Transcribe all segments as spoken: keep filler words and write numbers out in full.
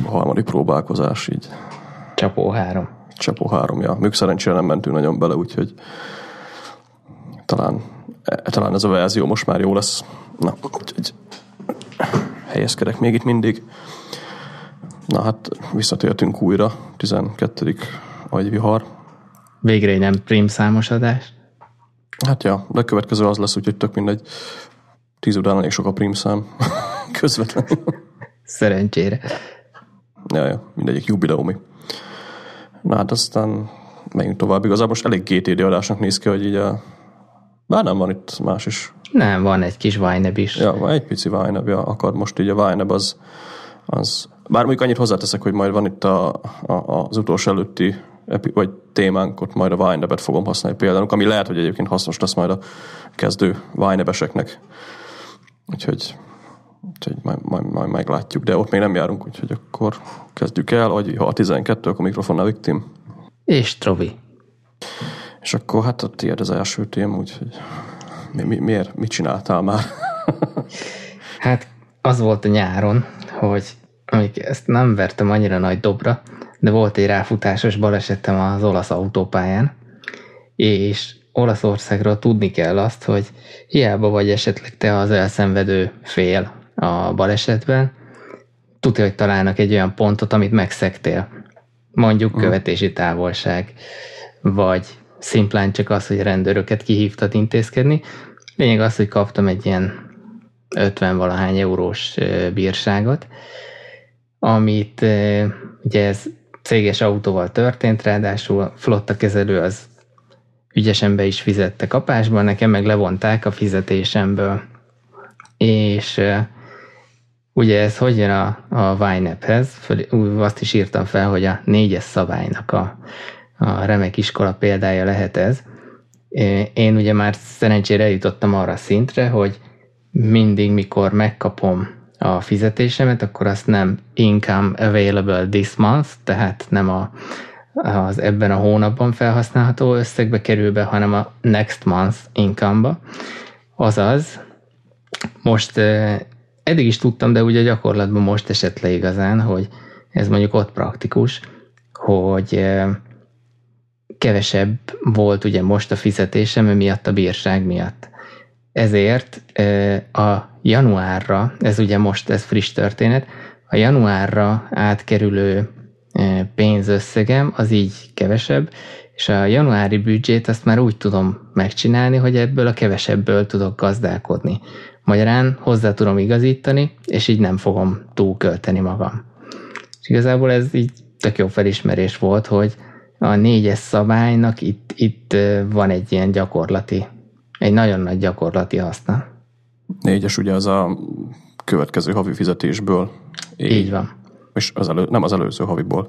harmadik próbálkozás így. Csapó három. Csapó három, ja. Még szerencsére nem mentünk nagyon bele, úgyhogy talán, talán ez a verzió most már jó lesz. Na, úgyhogy helyezkedek még itt mindig. Na hát, visszatértünk újra. tizenkettedik agyvihar. Végre egy nem prímszámos adás. Hát ja, de a következő az lesz, úgyhogy tök mindegy. Tíz után elég sok a prímszám. Közvetlenül. Szerencsére. Ja, ja, mindegyik jubileumi. Na hát aztán megyünk tovább. Igazából most elég gé té dé adásnak néz ki, hogy így a... Bár nem van itt más is. Nem, van egy kis Vine-eb is. Ja, van egy pici Vine-eb, ja, akad most így a Vine-eb az, az... Bár mondjuk annyit hozzáteszek, hogy majd van itt a, a, az utolsó előtti epi, vagy témánk, ott majd a Vine-ebet fogom használni például, ami lehet, hogy egyébként hasznos lesz majd a kezdő Vine-ebeseknek. Úgyhogy, úgyhogy majd, majd, majd meglátjuk, de ott még nem járunk, úgyhogy akkor kezdjük el, hogy ha a tizenkettő, akkor mikrofonnál Viktim. És Trovi. És akkor hát a tiéd az első téma, úgyhogy mi, mi, miért, mit csináltál már? Hát az volt a nyáron, hogy amíg ezt nem vertem annyira nagy dobra, de volt egy ráfutásos balesetem az olasz autópályán, és Olaszországról tudni kell azt, hogy hiába vagy esetleg te az elszenvedő fél a balesetben, tudja, hogy találnak egy olyan pontot, amit megszegtél. Mondjuk hmm. követési távolság, vagy szimplán csak az, hogy rendőröket kihívtad intézkedni. Lényeg az, hogy kaptam egy ilyen ötven-valahány eurós bírságot, amit ugye ez céges autóval történt, ráadásul a flotta kezelő az ügyesen be is fizette kapásban, nekem meg levonták a fizetésemből. És ugye ez hogy jön a, a Vine-hez? Azt is írtam fel, hogy a négyes szabálynak a, a remek iskola példája lehet ez. Én ugye már szerencsére eljutottam arra a szintre, hogy mindig, mikor megkapom a fizetésemet, akkor azt nem income available this month, tehát nem a, az ebben a hónapban felhasználható összegbe kerül be, hanem a next month income-ba. Azaz, most eddig is tudtam, de ugye gyakorlatban most esett le igazán, hogy ez mondjuk ott praktikus, hogy kevesebb volt ugye most a fizetésem, miatt a bírság miatt. Ezért a januárra, ez ugye most ez friss történet, a januárra átkerülő pénzösszegem az így kevesebb, és a januári büdzsét azt már úgy tudom megcsinálni, hogy ebből a kevesebből tudok gazdálkodni. Magyarán hozzá tudom igazítani, és így nem fogom túlkölteni magam. És igazából ez így tök jó felismerés volt, hogy a négyes szabálynak itt, itt van egy ilyen gyakorlati, egy nagyon nagy gyakorlati haszna. Négyes ugye az a következő havi fizetésből. Így, így van. És az elő, nem az előző haviból.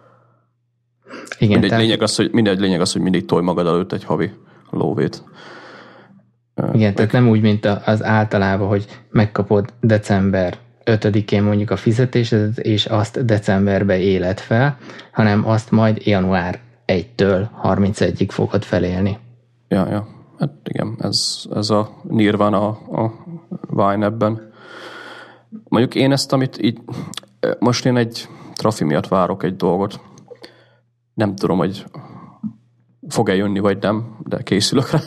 Igen, mindegy, tehát... lényeg az, hogy, mindegy lényeg az, hogy mindig tolj magad előtt egy havi lóvét. Igen, Meg... tehát nem úgy, mint az általában, hogy megkapod december ötödikén mondjuk a fizetésedet, és azt decemberbe éled fel, hanem azt majd január elsejétől harmincegyig fogod felélni. Ja, ja. Hát igen, ez, ez a nirvana a, a Vine ebben. Mondjuk én ezt, amit így, most én egy trafi miatt várok egy dolgot. Nem tudom, hogy fog-e jönni, vagy nem, de készülök rá.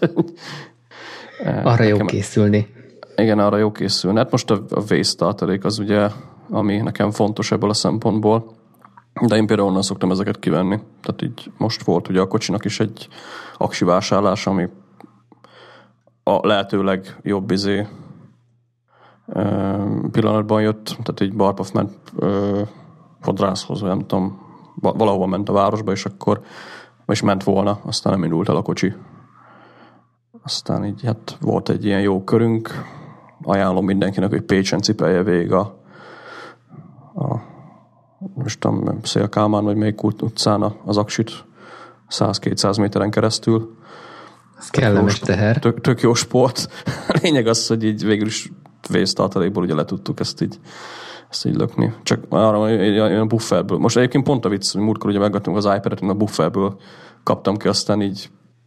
Arra jó készülni. Igen, arra jó készülni. Hát most a, a waste tartalék az ugye, ami nekem fontos ebből a szempontból. De én például onnan szoktam ezeket kivenni. Tehát így most volt ugye a kocsinak is egy aksi vásárlás, ami a lehetőleg jobb izé pillanatban jött, tehát így Barpaf ment fodrászhoz, vagy nem tudom, valahova ment a városba, és akkor és ment volna, aztán nem indult el a kocsi. Aztán így hát volt egy ilyen jó körünk, ajánlom mindenkinek, hogy Pécsen cipelje végig a, a most tudom, Szél-Kálmán, vagy melyik utcán az aksit száz-kétszáz méteren keresztül. Ez kellemes teher. Tök, tök jó sport. A lényeg az, hogy így végül is vésztartalékból ugye le tudtuk ezt így, ezt így lökni. Csak arra olyan bufferből. Most egyébként pont a vicc, hogy múltkor ugye megvettem az iPad-et, a bufferből kaptam ki, aztán így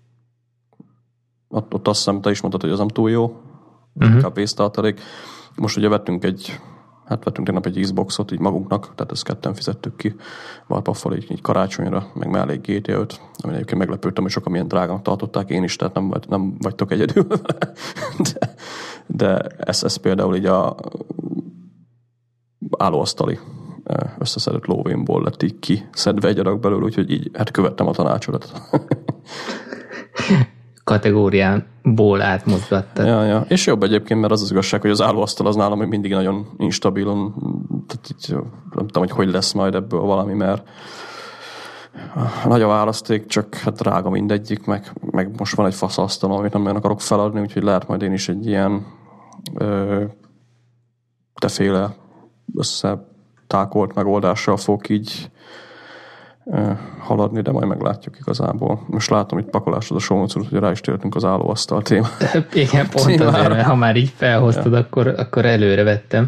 ott, ott azt hiszem, te is mondtad, hogy az nem túl jó. Uh-huh. Inkább vésztartalék. Most ugye vettünk egy hát vettünk tegnap egy Xboxot így magunknak, tehát ezt ketten fizettük ki Warpaffal így, így karácsonyra, meg mellé gé té öt, ami egyébként meglepődtem, hogy sokan milyen drágának tartották, én is, tehát nem, nem vagytok egyedül vele. De, de ez, ez például így a állóasztali összeszedett lóvénból lett így kiszedve egy adag belőle, úgyhogy így hát követtem a tanácsodat. Kategóriából átmozgattad. Ja, ja. És jobb egyébként, mert az az igazság, hogy az állóasztal az nálam mindig nagyon instabilon, tehát így, nem tudom, hogy hogy lesz majd ebből valami, mert nagy a választék, csak hát drága mindegyik, meg, meg most van egy fasz asztalon, amit nem nagyon akarok feladni, úgyhogy lehet majd én is egy ilyen ö, teféle összetákolt megoldással fogok így haladni, de majd meglátjuk igazából. Most látom, itt pakolásod a show-notes-ot, hogy rá is tértünk az állóasztal téma. Igen, pont azért, mert ha már így felhoztad, ja. akkor, akkor előre vettem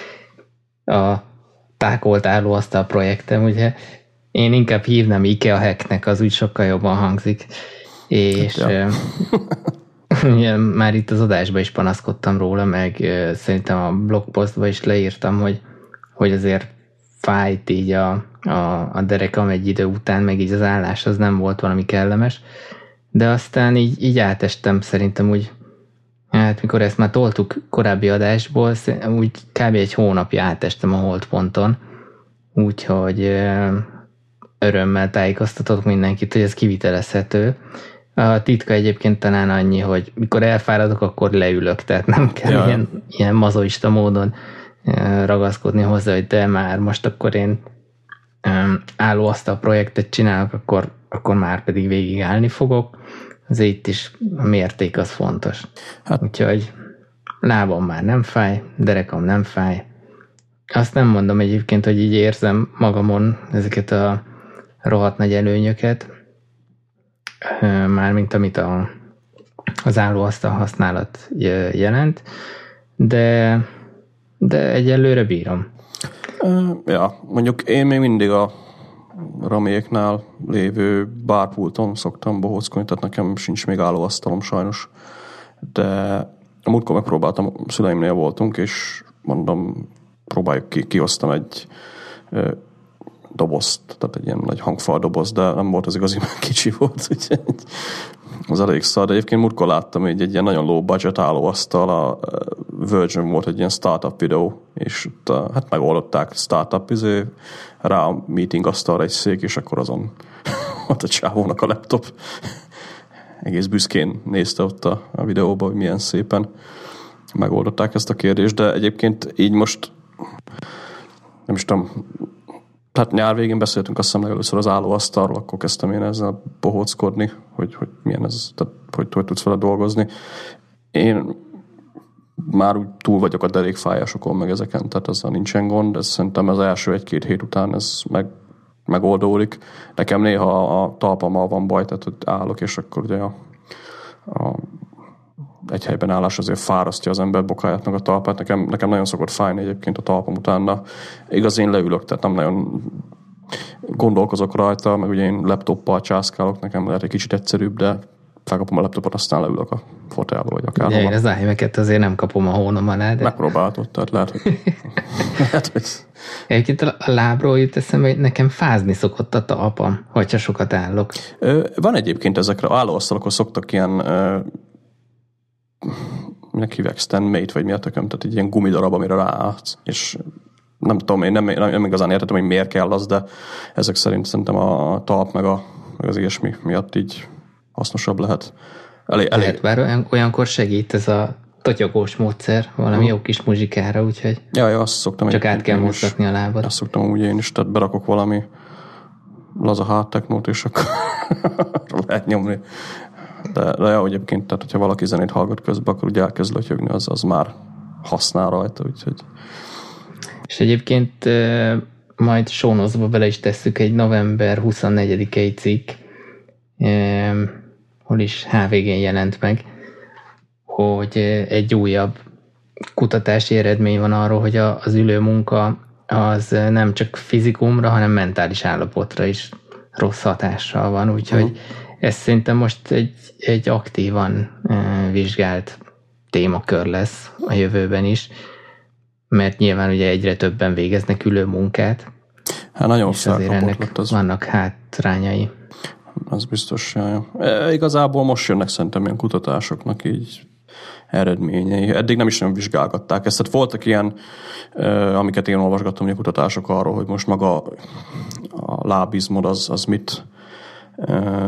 a tákolt állóasztal projektem, ugye én inkább hívnám IKEA hacknek, az úgy sokkal jobban hangzik. És hát, ja. ugye, már itt az adásban is panaszkodtam róla, meg szerintem a blogpostban is leírtam, hogy, hogy azért fájt így a, a, a derekam egy idő után, meg így az állás az nem volt valami kellemes, de aztán így, így átestem szerintem úgy, hát mikor ezt már toltuk korábbi adásból, úgy kb. Egy hónapja átestem a holdponton, úgyhogy örömmel tájékoztatok mindenkit, hogy ez kivitelezhető. A titka egyébként talán annyi, hogy mikor elfáradok, akkor leülök, tehát nem kell ja. ilyen, ilyen mazoista módon ragaszkodni hozzá, hogy de már most akkor én állóasztal projektet csinálok, akkor, akkor már pedig végig állni fogok. Azért itt is a mérték az fontos. Hát. Úgyhogy lábam már nem fáj, derekam nem fáj. Azt nem mondom egyébként, hogy így érzem magamon ezeket a rohadt nagy előnyöket, mármint amit a, az állóasztal használat jelent, de de egyelőre bírom. Ja, mondjuk én még mindig a raméknál lévő bárpulton szoktam bohóckodni, tehát nekem sincs még állóasztalom sajnos. De a múltkor megpróbáltam, a szüleimnél voltunk, és mondom, próbáljuk ki, kihoztam egy ö, dobozt, tehát egy ilyen nagy hangfal doboz, de nem volt az igazi, mert kicsi volt, úgyhogy az elég szar. De egyébként múltkor láttam, hogy egy ilyen nagyon low budget állóasztal, a Virgin volt egy ilyen startup videó, és ott, hát megoldották startup izé, rá a meeting asztalra egy szék, és akkor azon ott a csávónak a laptop. Egész büszkén nézte ott a, a videóban, hogy milyen szépen megoldották ezt a kérdést, de egyébként így most nem is tudom, tehát nyár végén beszéltünk azt hiszem legelőször az állóasztalról, akkor kezdtem én ezzel bohóckodni, hogy, hogy milyen ez, tehát hogy, hogy tudsz vele dolgozni. Én már úgy túl vagyok a derékfájásokon, meg ezeken, tehát azzal nincsen gond, ez szerintem az első egy-két hét után ez meg, megoldódik. Nekem néha a talpammal van baj, tehát hogy állok, és akkor ugye a, a egy helyben állás azért fárasztja az ember bokáját, meg a talpát. Nekem, nekem nagyon szokott fájni egyébként a talpam utána. Igaz, én leülök, tehát nem nagyon gondolkozok rajta, meg ugye én laptoppal császkálok, nekem lehet egy kicsit egyszerűbb, de felkapom a laptopot, aztán leülök a fotelba, vagy akár. Ugye én az iMac-et azért nem kapom a hónom alá, de... Megpróbáltad, tehát lehet, hogy... lehet, hogy... Egyébként a lábról jut eszembe, hogy nekem fázni szokott a talpam, hogyha sokat állok. Van egyébként ezekre állóasztalokon szoktak ilyen minek hívják, stand-made, vagy mi a tököm, tehát egy ilyen gumidarab, amire ráállsz, és nem tudom, én nem, nem, nem igazán értettem, hogy miért kell az, de ezek szerint szerintem a talp meg, a, meg az ilyesmi miatt így hasznosabb lehet. Elég, elég. Lehet, bár olyan, olyankor segít ez a totyogós módszer, valami uh-huh. jó kis muzsikára, úgyhogy ja, ja, azt szoktam csak át kell mozgatni a lábad. Azt szoktam úgy én is, tehát berakok valami laza hardtechnót, és akkor lehet nyomni. De, de jó, egyébként, tehát hogyha valaki zenét hallgat közben, akkor ugye elkezd lötyögni, az, az már használ rajta, úgyhogy... És egyébként majd show-notes-ba bele is tesszük egy november huszonnegyedikei cikk, hol is há vé gén jelent meg, hogy egy újabb kutatási eredmény van arról, hogy az ülő munka az nem csak fizikumra, hanem mentális állapotra is rossz hatással van, úgyhogy uh-huh. ez szerintem most egy, egy aktívan uh, vizsgált témakör lesz a jövőben is, mert nyilván ugye egyre többen végeznek ülő munkát. Hát nagyon és azért ennek az. vannak hátrányai. Az biztos, jaj. E, igazából most jönnek szerintem ilyen kutatásoknak így eredményei. Eddig nem is nem vizsgálgatták ezt. Tehát voltak ilyen, e, amiket én olvasgattam, hogy kutatások arról, hogy most maga a lábizmod az, az mit e,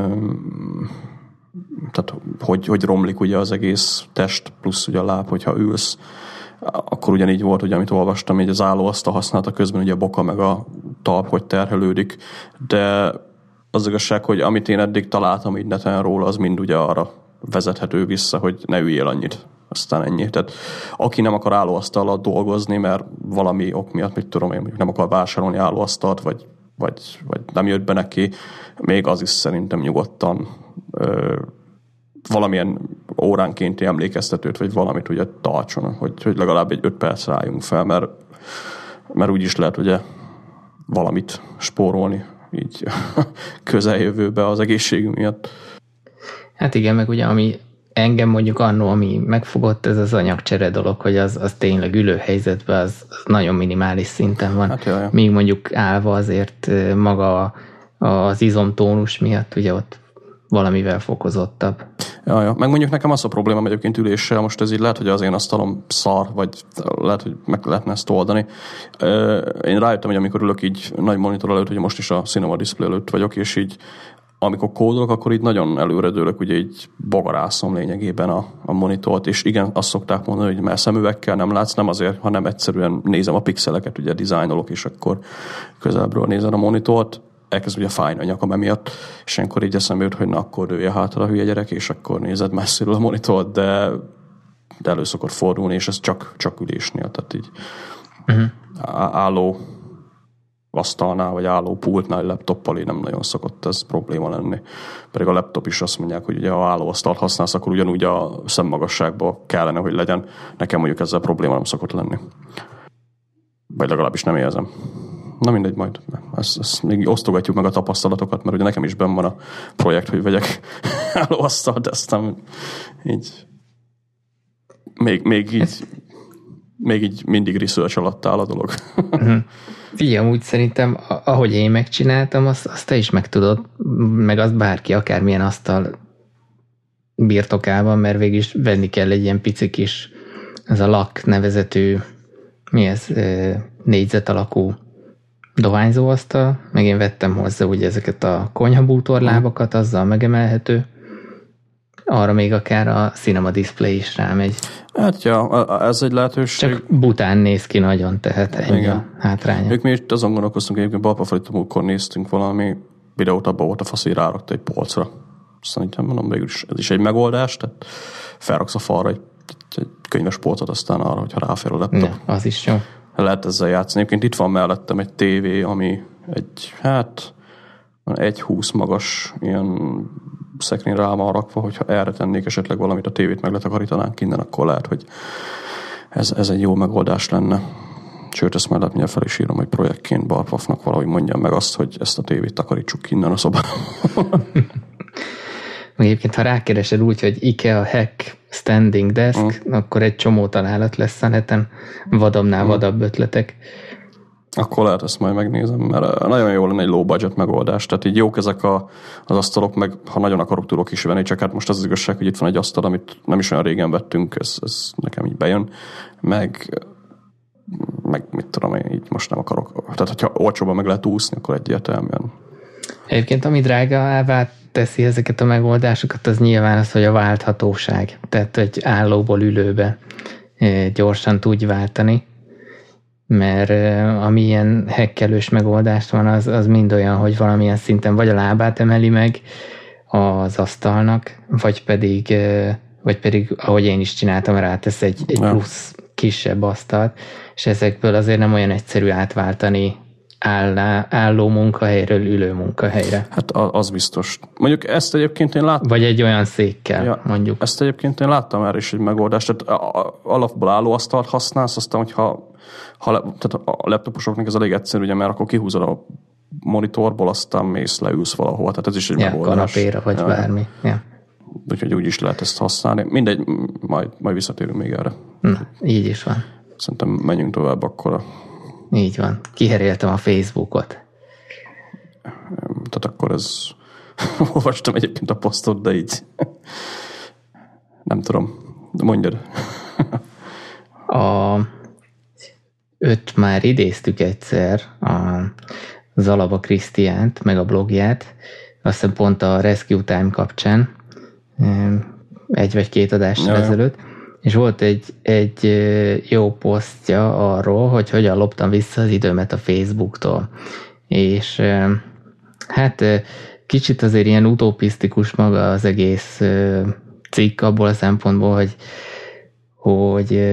tehát hogy, hogy romlik ugye az egész test plusz ugye a láb, hogyha ülsz. Akkor ugyanígy volt, ugye, amit olvastam, hogy az állóasztal használata közben ugye a boka meg a talp hogy terhelődik, de az igazság, hogy amit én eddig találtam így neten róla, az mind ugye arra vezethető vissza, hogy ne üljél annyit. Aztán ennyi. Tehát aki nem akar állóasztal alatt dolgozni, mert valami ok miatt, mit tudom én, nem akar vásárolni állóasztalt, vagy, vagy, vagy nem jött be neki, még az is szerintem nyugodtan ö, valamilyen óránkénti emlékeztetőt, vagy valamit ugye tartson, hogy, hogy legalább egy öt perc álljunk fel, mert, mert úgyis lehet ugye valamit spórolni így közeljövőbe az egészségünk miatt. Hát igen, meg ugye ami engem mondjuk annó, ami megfogott, ez az anyagcsere dolog, hogy az, az tényleg ülő helyzetben az, az nagyon minimális szinten van. Hát míg mondjuk állva azért maga az izomtónus miatt ugye ott valamivel fokozottabb. Ja, ja. Meg mondjuk nekem az a problémám egyébként üléssel, most ez így lehet, hogy az én asztalom szar, vagy lehet, hogy meg lehetne ezt oldani. Én rájöttem, hogy amikor ülök így nagy monitor előtt, hogy most is a Cinema Display előtt vagyok, és így amikor kódolok, akkor így nagyon előredőlök, ugye így bogarászom lényegében a, a monitort, és igen, azt szokták mondani, hogy mert szemüvegkel nem látsz, nem azért, hanem egyszerűen nézem a pixeleket, ugye dizájnolok, és akkor közelebbről nézem a monitort, elkezd ugye fájni a nyakam emiatt, és ilyenkor így eszembe jut, hogy na, akkor dőlje hátra a hülye gyerek, és akkor nézed messziről a monitort, de, de elő szokott fordulni, és ez csak, csak ülésnél, tehát így uh-huh. álló asztalnál, vagy álló pultnál, laptoppal nem nagyon szokott ez probléma lenni. Pedig a laptop is azt mondják, hogy ugye ha álló asztalt használsz, akkor ugyanúgy a szemmagasságban kellene, hogy legyen. Nekem mondjuk ezzel probléma nem szokott lenni. Vagy legalábbis nem érzem. Na mindegy, majd ezt, ezt még osztogatjuk meg a tapasztalatokat, mert ugye nekem is benn van a projekt, hogy vegyek állóasztalt, de aztán így még, még így még így mindig research alatt áll a dolog. Uh-huh. Figyelj, úgy szerintem, ahogy én megcsináltam, azt, azt te is meg tudod, meg azt bárki, akármilyen asztal birtokában, mert végig is venni kell egy ilyen pici kis, ez a lak nevezetű, mi ez, négyzet alakú dohányzóasztal, meg én vettem hozzá ugye ezeket a konyhabútorlábakat, azzal megemelhető, arra még akár a Cinema Display is rámegy. Hát ja, ez egy lehetőség. Csak bután néz ki nagyon, tehát ennyi igen. A hátránya. Ők mi itt azon gondolkoztunk, egyébként Balpafalitomúkkor néztünk valami videót, abban volt a fasz, hogy rárakta egy polcra. Aztán így mondom, végül is ez is egy megoldás, tehát felraksz a falra egy, egy könyves polcot, aztán arra, hogyha ráfér a laptop. Ne, az is jó. Lehet ezzel játszani. Egyébként itt van mellettem egy tévé, ami egy, hát egy húsz magas ilyen szekrény rá van rakva, hogyha erre tennék esetleg valamit, a tévét meg letakarítanánk innen, akkor lehet, hogy ez, ez egy jó megoldás lenne. Sőt, ezt már mindjárt fel is írom, hogy projektként Barpafnak valahogy mondjam meg azt, hogy ezt a tévét takarítsuk innen a szobában. Egyébként, ha rákeresed úgy, hogy IKEA Hack Standing Desk, mm. akkor egy csomó találat lesz a neten, vadabbnál mm. vadabb ötletek. Akkor lehet ezt majd megnézem, mert nagyon jó lenne egy low budget megoldás. Tehát így jók ezek a, az asztalok, meg ha nagyon akarok, tudok is venni, csak hát most az, az igazság, hogy itt van egy asztal, amit nem is olyan régen vettünk, ez, ez nekem így bejön, meg, meg mit tudom én, így most nem akarok. Tehát, hogyha olcsóban meg lehet úszni, akkor egyértelműen. Egyébként, ami drágává teszi ezeket a megoldásokat, az nyilván az, hogy a válthatóság. Tehát, hogy állóból ülőbe gyorsan tudj váltani. Mert ami ilyen hekkelős megoldást van, az, az mind olyan, hogy valamilyen szinten vagy a lábát emeli meg az asztalnak, vagy pedig, vagy pedig ahogy én is csináltam, rátesz egy, egy plusz kisebb asztalt, és ezekből azért nem olyan egyszerű átváltani állá, álló munkahelyről ülő munkahelyre. Hát az biztos. Mondjuk ezt egyébként én láttam. Vagy egy olyan székkel, ja, mondjuk. Ezt egyébként én láttam erre is egy megoldást. Tehát alapból állóasztalt használsz, aztán, hogyha ha, tehát a laptoposoknak ez elég egyszerű, ugye, mert akkor kihúzod a monitorból, aztán mész, leülsz valahol. Tehát ez is egy ja, megoldás. Kanapéra, vagy ja. bármi. Ja. Úgyhogy úgy is lehet ezt használni. Mindegy, majd, majd visszatérünk még erre. Na, így is van. szerintem menjünk tovább akkor. Így van. Kiheréltem a Facebookot. Tehát akkor ez... Olvastam egyébként a posztot, de így... Nem tudom. Mondjad. A... Öt már idéztük egyszer a Zalaba Krisztiánt, meg a blogját, azt hiszem pont a Rescue Time kapcsán, egy vagy két adással ja, ezelőtt, és volt egy, egy jó posztja arról, hogy hogyan loptam vissza az időmet a Facebooktól. És hát kicsit azért ilyen utopisztikus maga az egész cikk abból a szempontból, hogy, hogy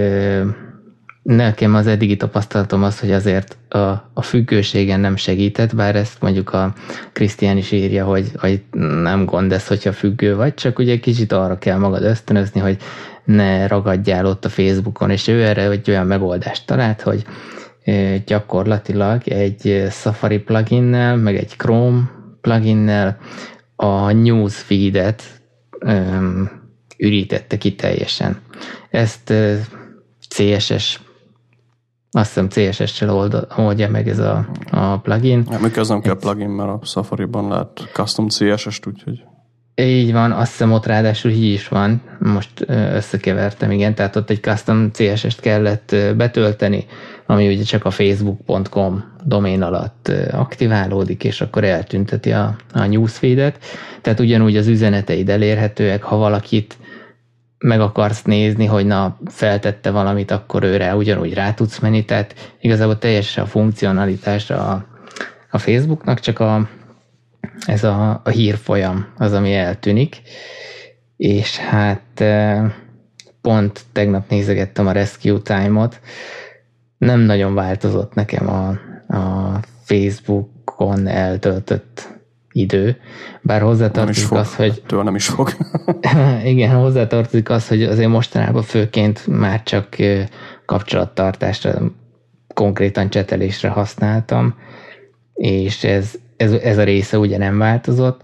nekem az eddigi tapasztalatom az, hogy azért a, a függőségen nem segített, bár ezt mondjuk a Krisztián is írja, hogy, hogy nem gond ez, hogyha függő vagy, csak ugye kicsit arra kell magad ösztönözni, hogy ne ragadjál ott a Facebookon, és ő erre egy olyan megoldást talált, hogy gyakorlatilag egy Safari pluginnel, meg egy Chrome pluginnel a newsfeedet um, ürítette ki teljesen. Ezt cé es es azt hiszem cé es es-sel oldja meg ez a, a plugin. Ja, mikor az nem kell plugin, mert a Safari-ban lehet custom cé es es-t, úgyhogy... Így van, azt hiszem ott ráadásul így is van, most összekevertem, igen, tehát ott egy custom cé es es-t kellett betölteni, ami ugye csak a facebook pont com domén alatt aktiválódik, és akkor eltünteti a, a newsfeedet, tehát ugyanúgy az üzeneteid elérhetőek, ha valakit meg akarsz nézni, hogy na, feltette valamit, akkor őre ugyanúgy rá tudsz menni, tehát igazából teljesen a funkcionalitásra a, a Facebooknak, csak a, ez a, a hírfolyam az, ami eltűnik, és hát pont tegnap nézegettem a Rescue Time-ot, nem nagyon változott nekem a, a Facebookon eltöltött idő, bár hozzátartozik az, hogy... Tőle nem is fog. Igen, hozzátartozik az, hogy azért mostanában főként már csak kapcsolattartásra, konkrétan csetelésre használtam, és ez, ez, ez a része ugye nem változott.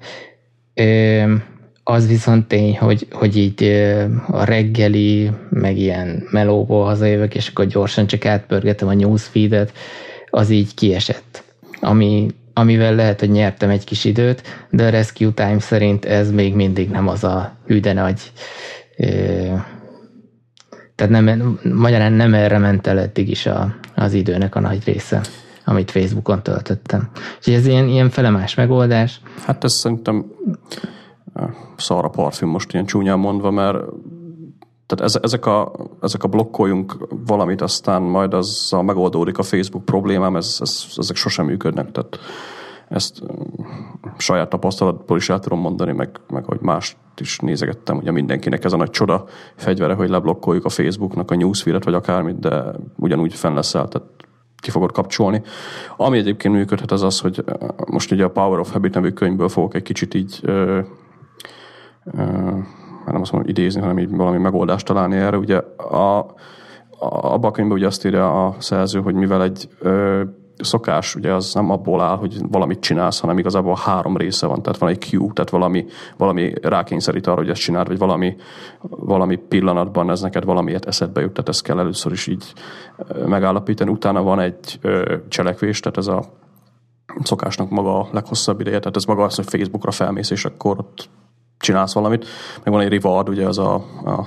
Az viszont tény, hogy, hogy így a reggeli, meg ilyen melóból hazajövök, és akkor gyorsan csak átpörgetem a newsfeedet, az így kiesett. Ami amivel lehet, hogy nyertem egy kis időt, de a Rescue Time szerint ez még mindig nem az a hű de nagy, ö, tehát nem, magyarán nem erre ment el eddig is a, az időnek a nagy része, amit Facebookon töltöttem. Úgyhogy ez ilyen, ilyen felemás megoldás. Hát ez szerintem szar a parfüm most ilyen csúnyán mondva, mert tehát ezek a, ezek a blokkoljunk valamit, aztán majd azzal megoldódik a Facebook problémám, ez, ez, ezek sosem működnek. Tehát ezt saját tapasztalatból is el tudom mondani, meg, meg hogy mást is nézegettem, ugye mindenkinek ez a nagy csoda fegyvere, hogy leblokkoljuk a Facebooknak a newsfeedet, vagy akármit, de ugyanúgy fenn leszel, tehát ki fogod kapcsolni. Ami egyébként működhet, az az, hogy most ugye a Power of Habit nevű könyvből fogok egy kicsit így ö, ö, nem azt mondom, idézni, hanem így valami megoldást találni erre. Ugye a, a, abban a könyvben ugye azt írja a szerző, hogy mivel egy ö, szokás, ugye az nem abból áll, hogy valamit csinálsz, hanem igazából három része van. Tehát van egy cue, tehát valami, valami rákényszerít arra, hogy ezt csináld, vagy valami, valami pillanatban ez neked valamiért eszedbe jut. Tehát ezt kell először is így megállapítani. Utána van egy ö, cselekvés, tehát ez a szokásnak maga a leghosszabb ideje, tehát ez maga az, hogy Facebookra felmész, és akkor ott csinálsz valamit, meg van egy reward, ugye az a, a,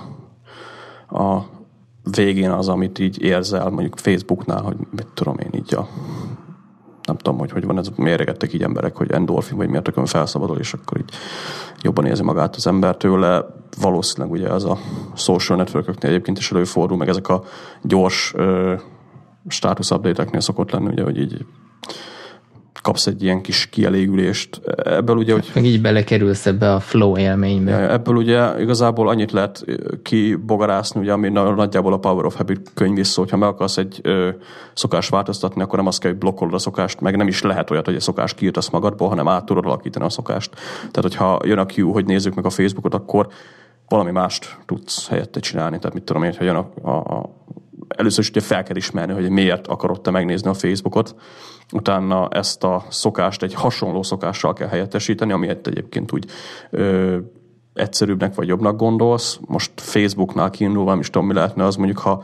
a végén az, amit így érzel, mondjuk Facebooknál, hogy mit tudom én így a nem tudom, hogy hogy van ez, méregettek így emberek, hogy endorfin, vagy miért tökön felszabadul, és akkor így jobban érzi magát az ember tőle. Valószínűleg ugye ez a social networköknél egyébként is előfordul, meg ezek a gyors uh, status update-eknél szokott lenni, ugye, hogy így kapsz egy ilyen kis kielégülést. Ebből ugye, hogy... Meg így belekerülsz ebbe a flow élménybe. Ebből ugye igazából annyit lehet kibogarászni, ugye, ami nagyjából a Power of Habit könyv is szó, hogyha meg akarsz egy ö, szokást változtatni, akkor nem azt kell, hogy blokkolod a szokást, meg nem is lehet olyat, hogy egy szokást kiírtasz magadból, hanem át tudod alakítani a szokást. Tehát, hogyha jön a cue, hogy nézzük meg a Facebookot, akkor valami mást tudsz helyette csinálni. Tehát mit tudom én, ha jön a, a, a először is ugye fel kell ismerni, hogy miért akarod te megnézni a Facebookot, utána ezt a szokást egy hasonló szokással kell helyettesíteni, ami egyébként úgy ö, egyszerűbbnek vagy jobbnak gondolsz. Most Facebooknál kiindulva, nem is tudom, mi lehetne az, mondjuk, ha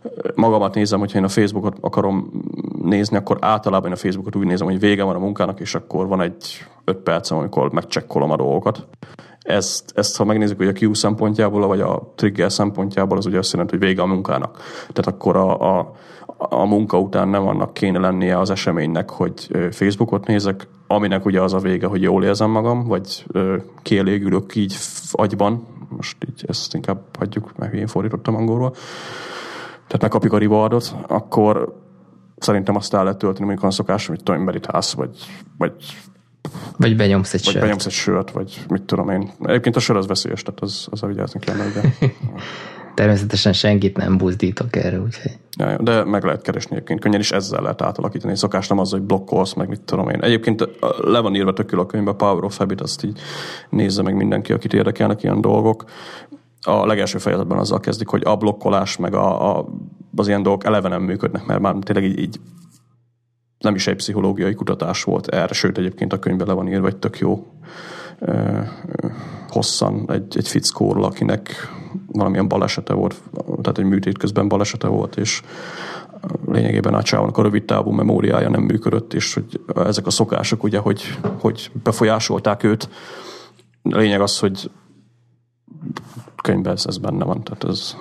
magamat nézem, hogyha én a Facebookot akarom nézni, akkor általában én a Facebookot úgy nézem, hogy vége van a munkának, és akkor van egy öt percem, amikor megcsekkolom a dolgokat. Ezt, ezt ha megnézzük, hogy a Q szempontjából, vagy a trigger szempontjából, az ugye azt jelenti, hogy vége a munkának. Tehát akkor a, a, a munka után nem annak kéne lennie az eseménynek, hogy Facebookot nézek, aminek ugye az a vége, hogy jól érzem magam, vagy kielégülök így agyban. Most így ezt inkább hagyjuk, meg én fordítottam angolról. Tehát megkapjuk a rewardot, akkor szerintem azt el lehet tölteni, amikor a szokás, hogy tudom, meditálsz, vagy, vagy Vagy benyomsz egy vagy sört. benyomsz egy sört, vagy mit tudom én. Egyébként a sör az veszélyes, tehát az, az a vigyázni kellene, ugye. Természetesen senkit nem buzdítok erre, úgyhogy. Ja, de meg lehet keresni egyébként könnyen, és ezzel lehet átalakítani. Szokás nem az, hogy blokkolsz, meg mit tudom én. Egyébként le van írva tökül a könyvben, Power of Habit, azt így nézze meg mindenki, akit érdekelnek ilyen dolgok. A legelső fejezetben azzal kezdik, hogy a blokkolás, meg a, a, az ilyen dolgok eleve nem működnek, mert már tényleg így, így nem is egy pszichológiai kutatás volt erre, sőt egyébként a könyvben le van írva egy tök jó ö, hosszan egy, egy fickóról, akinek valamilyen balesete volt, tehát egy műtét közben balesete volt, és lényegében a csávónak a rövid távú memóriája nem működött, és hogy ezek a szokások ugye, hogy, hogy befolyásolták őt. A lényeg az, hogy könyvben ez, ez benne van, tehát ez,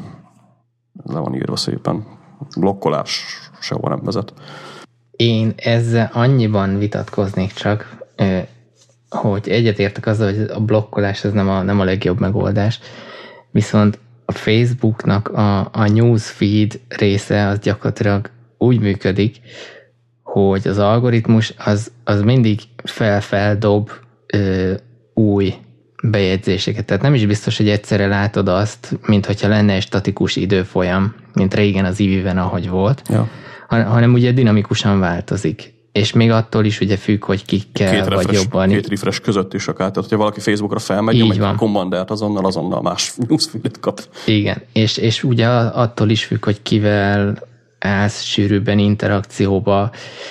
ez le van írva szépen. Blokkolás sehova nem vezet. Én ezzel annyiban vitatkoznék csak, hogy egyetértek azzal, hogy a blokkolás ez nem a, nem a legjobb megoldás, viszont a Facebooknak a, a newsfeed része az gyakorlatilag úgy működik, hogy az algoritmus az, az mindig fel-feldob ö, új bejegyzéseket. Tehát nem is biztos, hogy egyszerre látod azt, mint hogyha lenne egy statikus időfolyam, mint régen az i vé-ben, ahogy volt, ja. hanem ugye dinamikusan változik. És még attól is ugye függ, hogy kikkel két vagy refresh, jobban. Két refresh között is akár. Tehát, hogyha valaki Facebookra felmegy, így egy commandert, azonnal, azonnal más newsfeedet kap. Igen, és, és ugye attól is függ, hogy kivel állsz sűrűbben interakcióba,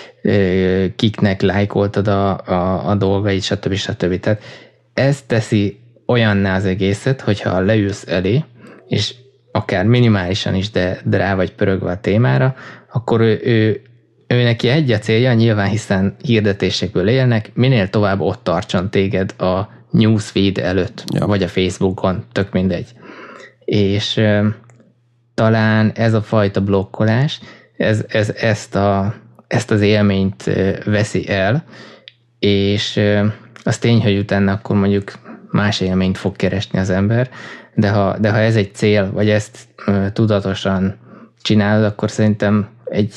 kiknek lájkoltad a, a, a dolgait, stb. stb. Tehát ez teszi olyanná az egészet, hogyha leülsz elé, és akár minimálisan is, de, de rá vagy pörögve a témára, akkor ő, ő, ő neki egy a célja, nyilván hiszen hirdetésekből élnek, minél tovább ott tartson téged a newsfeed előtt, ja. vagy a Facebookon, tök mindegy. És e, talán ez a fajta blokkolás, ez, ez, ezt, a, ezt az élményt veszi el, és e, az tény, hogy utána akkor mondjuk más élményt fog keresni az ember, de ha, de ha ez egy cél, vagy ezt e, tudatosan csinálod, akkor szerintem egy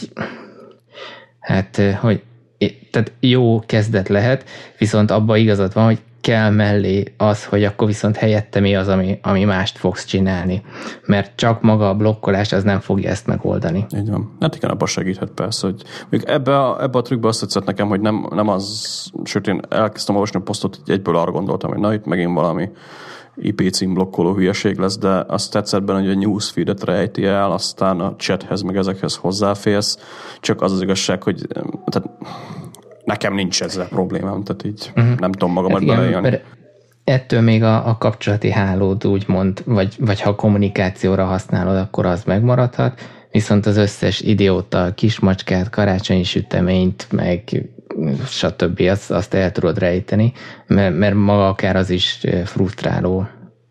hát, hogy tehát jó kezdet lehet, viszont abban igazad van, hogy kell mellé az, hogy akkor viszont helyette mi az, ami, ami mást fogsz csinálni. Mert csak maga a blokkolás az nem fogja ezt megoldani. Így van. Hát igen, abban segíthet persze, hogy ebbe a, ebbe a trükkbe azt tetszett nekem, hogy nem, nem az, sőt én elkezdtem olvasni a posztot, hogy egyből arra gondoltam, hogy na itt megint valami i pé cím blokkoló hülyeség lesz, de azt tetszett benne, hogy a newsfeedet rejti el, aztán a chathez meg ezekhez hozzáférsz, csak az az igazság, hogy tehát nekem nincs ezzel problémám, tehát így uh-huh. nem tudom magamat hát belejönni. Ettől még a, a kapcsolati hálód úgymond, vagy, vagy ha kommunikációra használod, akkor az megmaradhat, viszont az összes idióta, kismacskát, karácsonyi süteményt, meg stb. Azt, azt el tudod rejteni, mert, mert maga akár az is frusztráló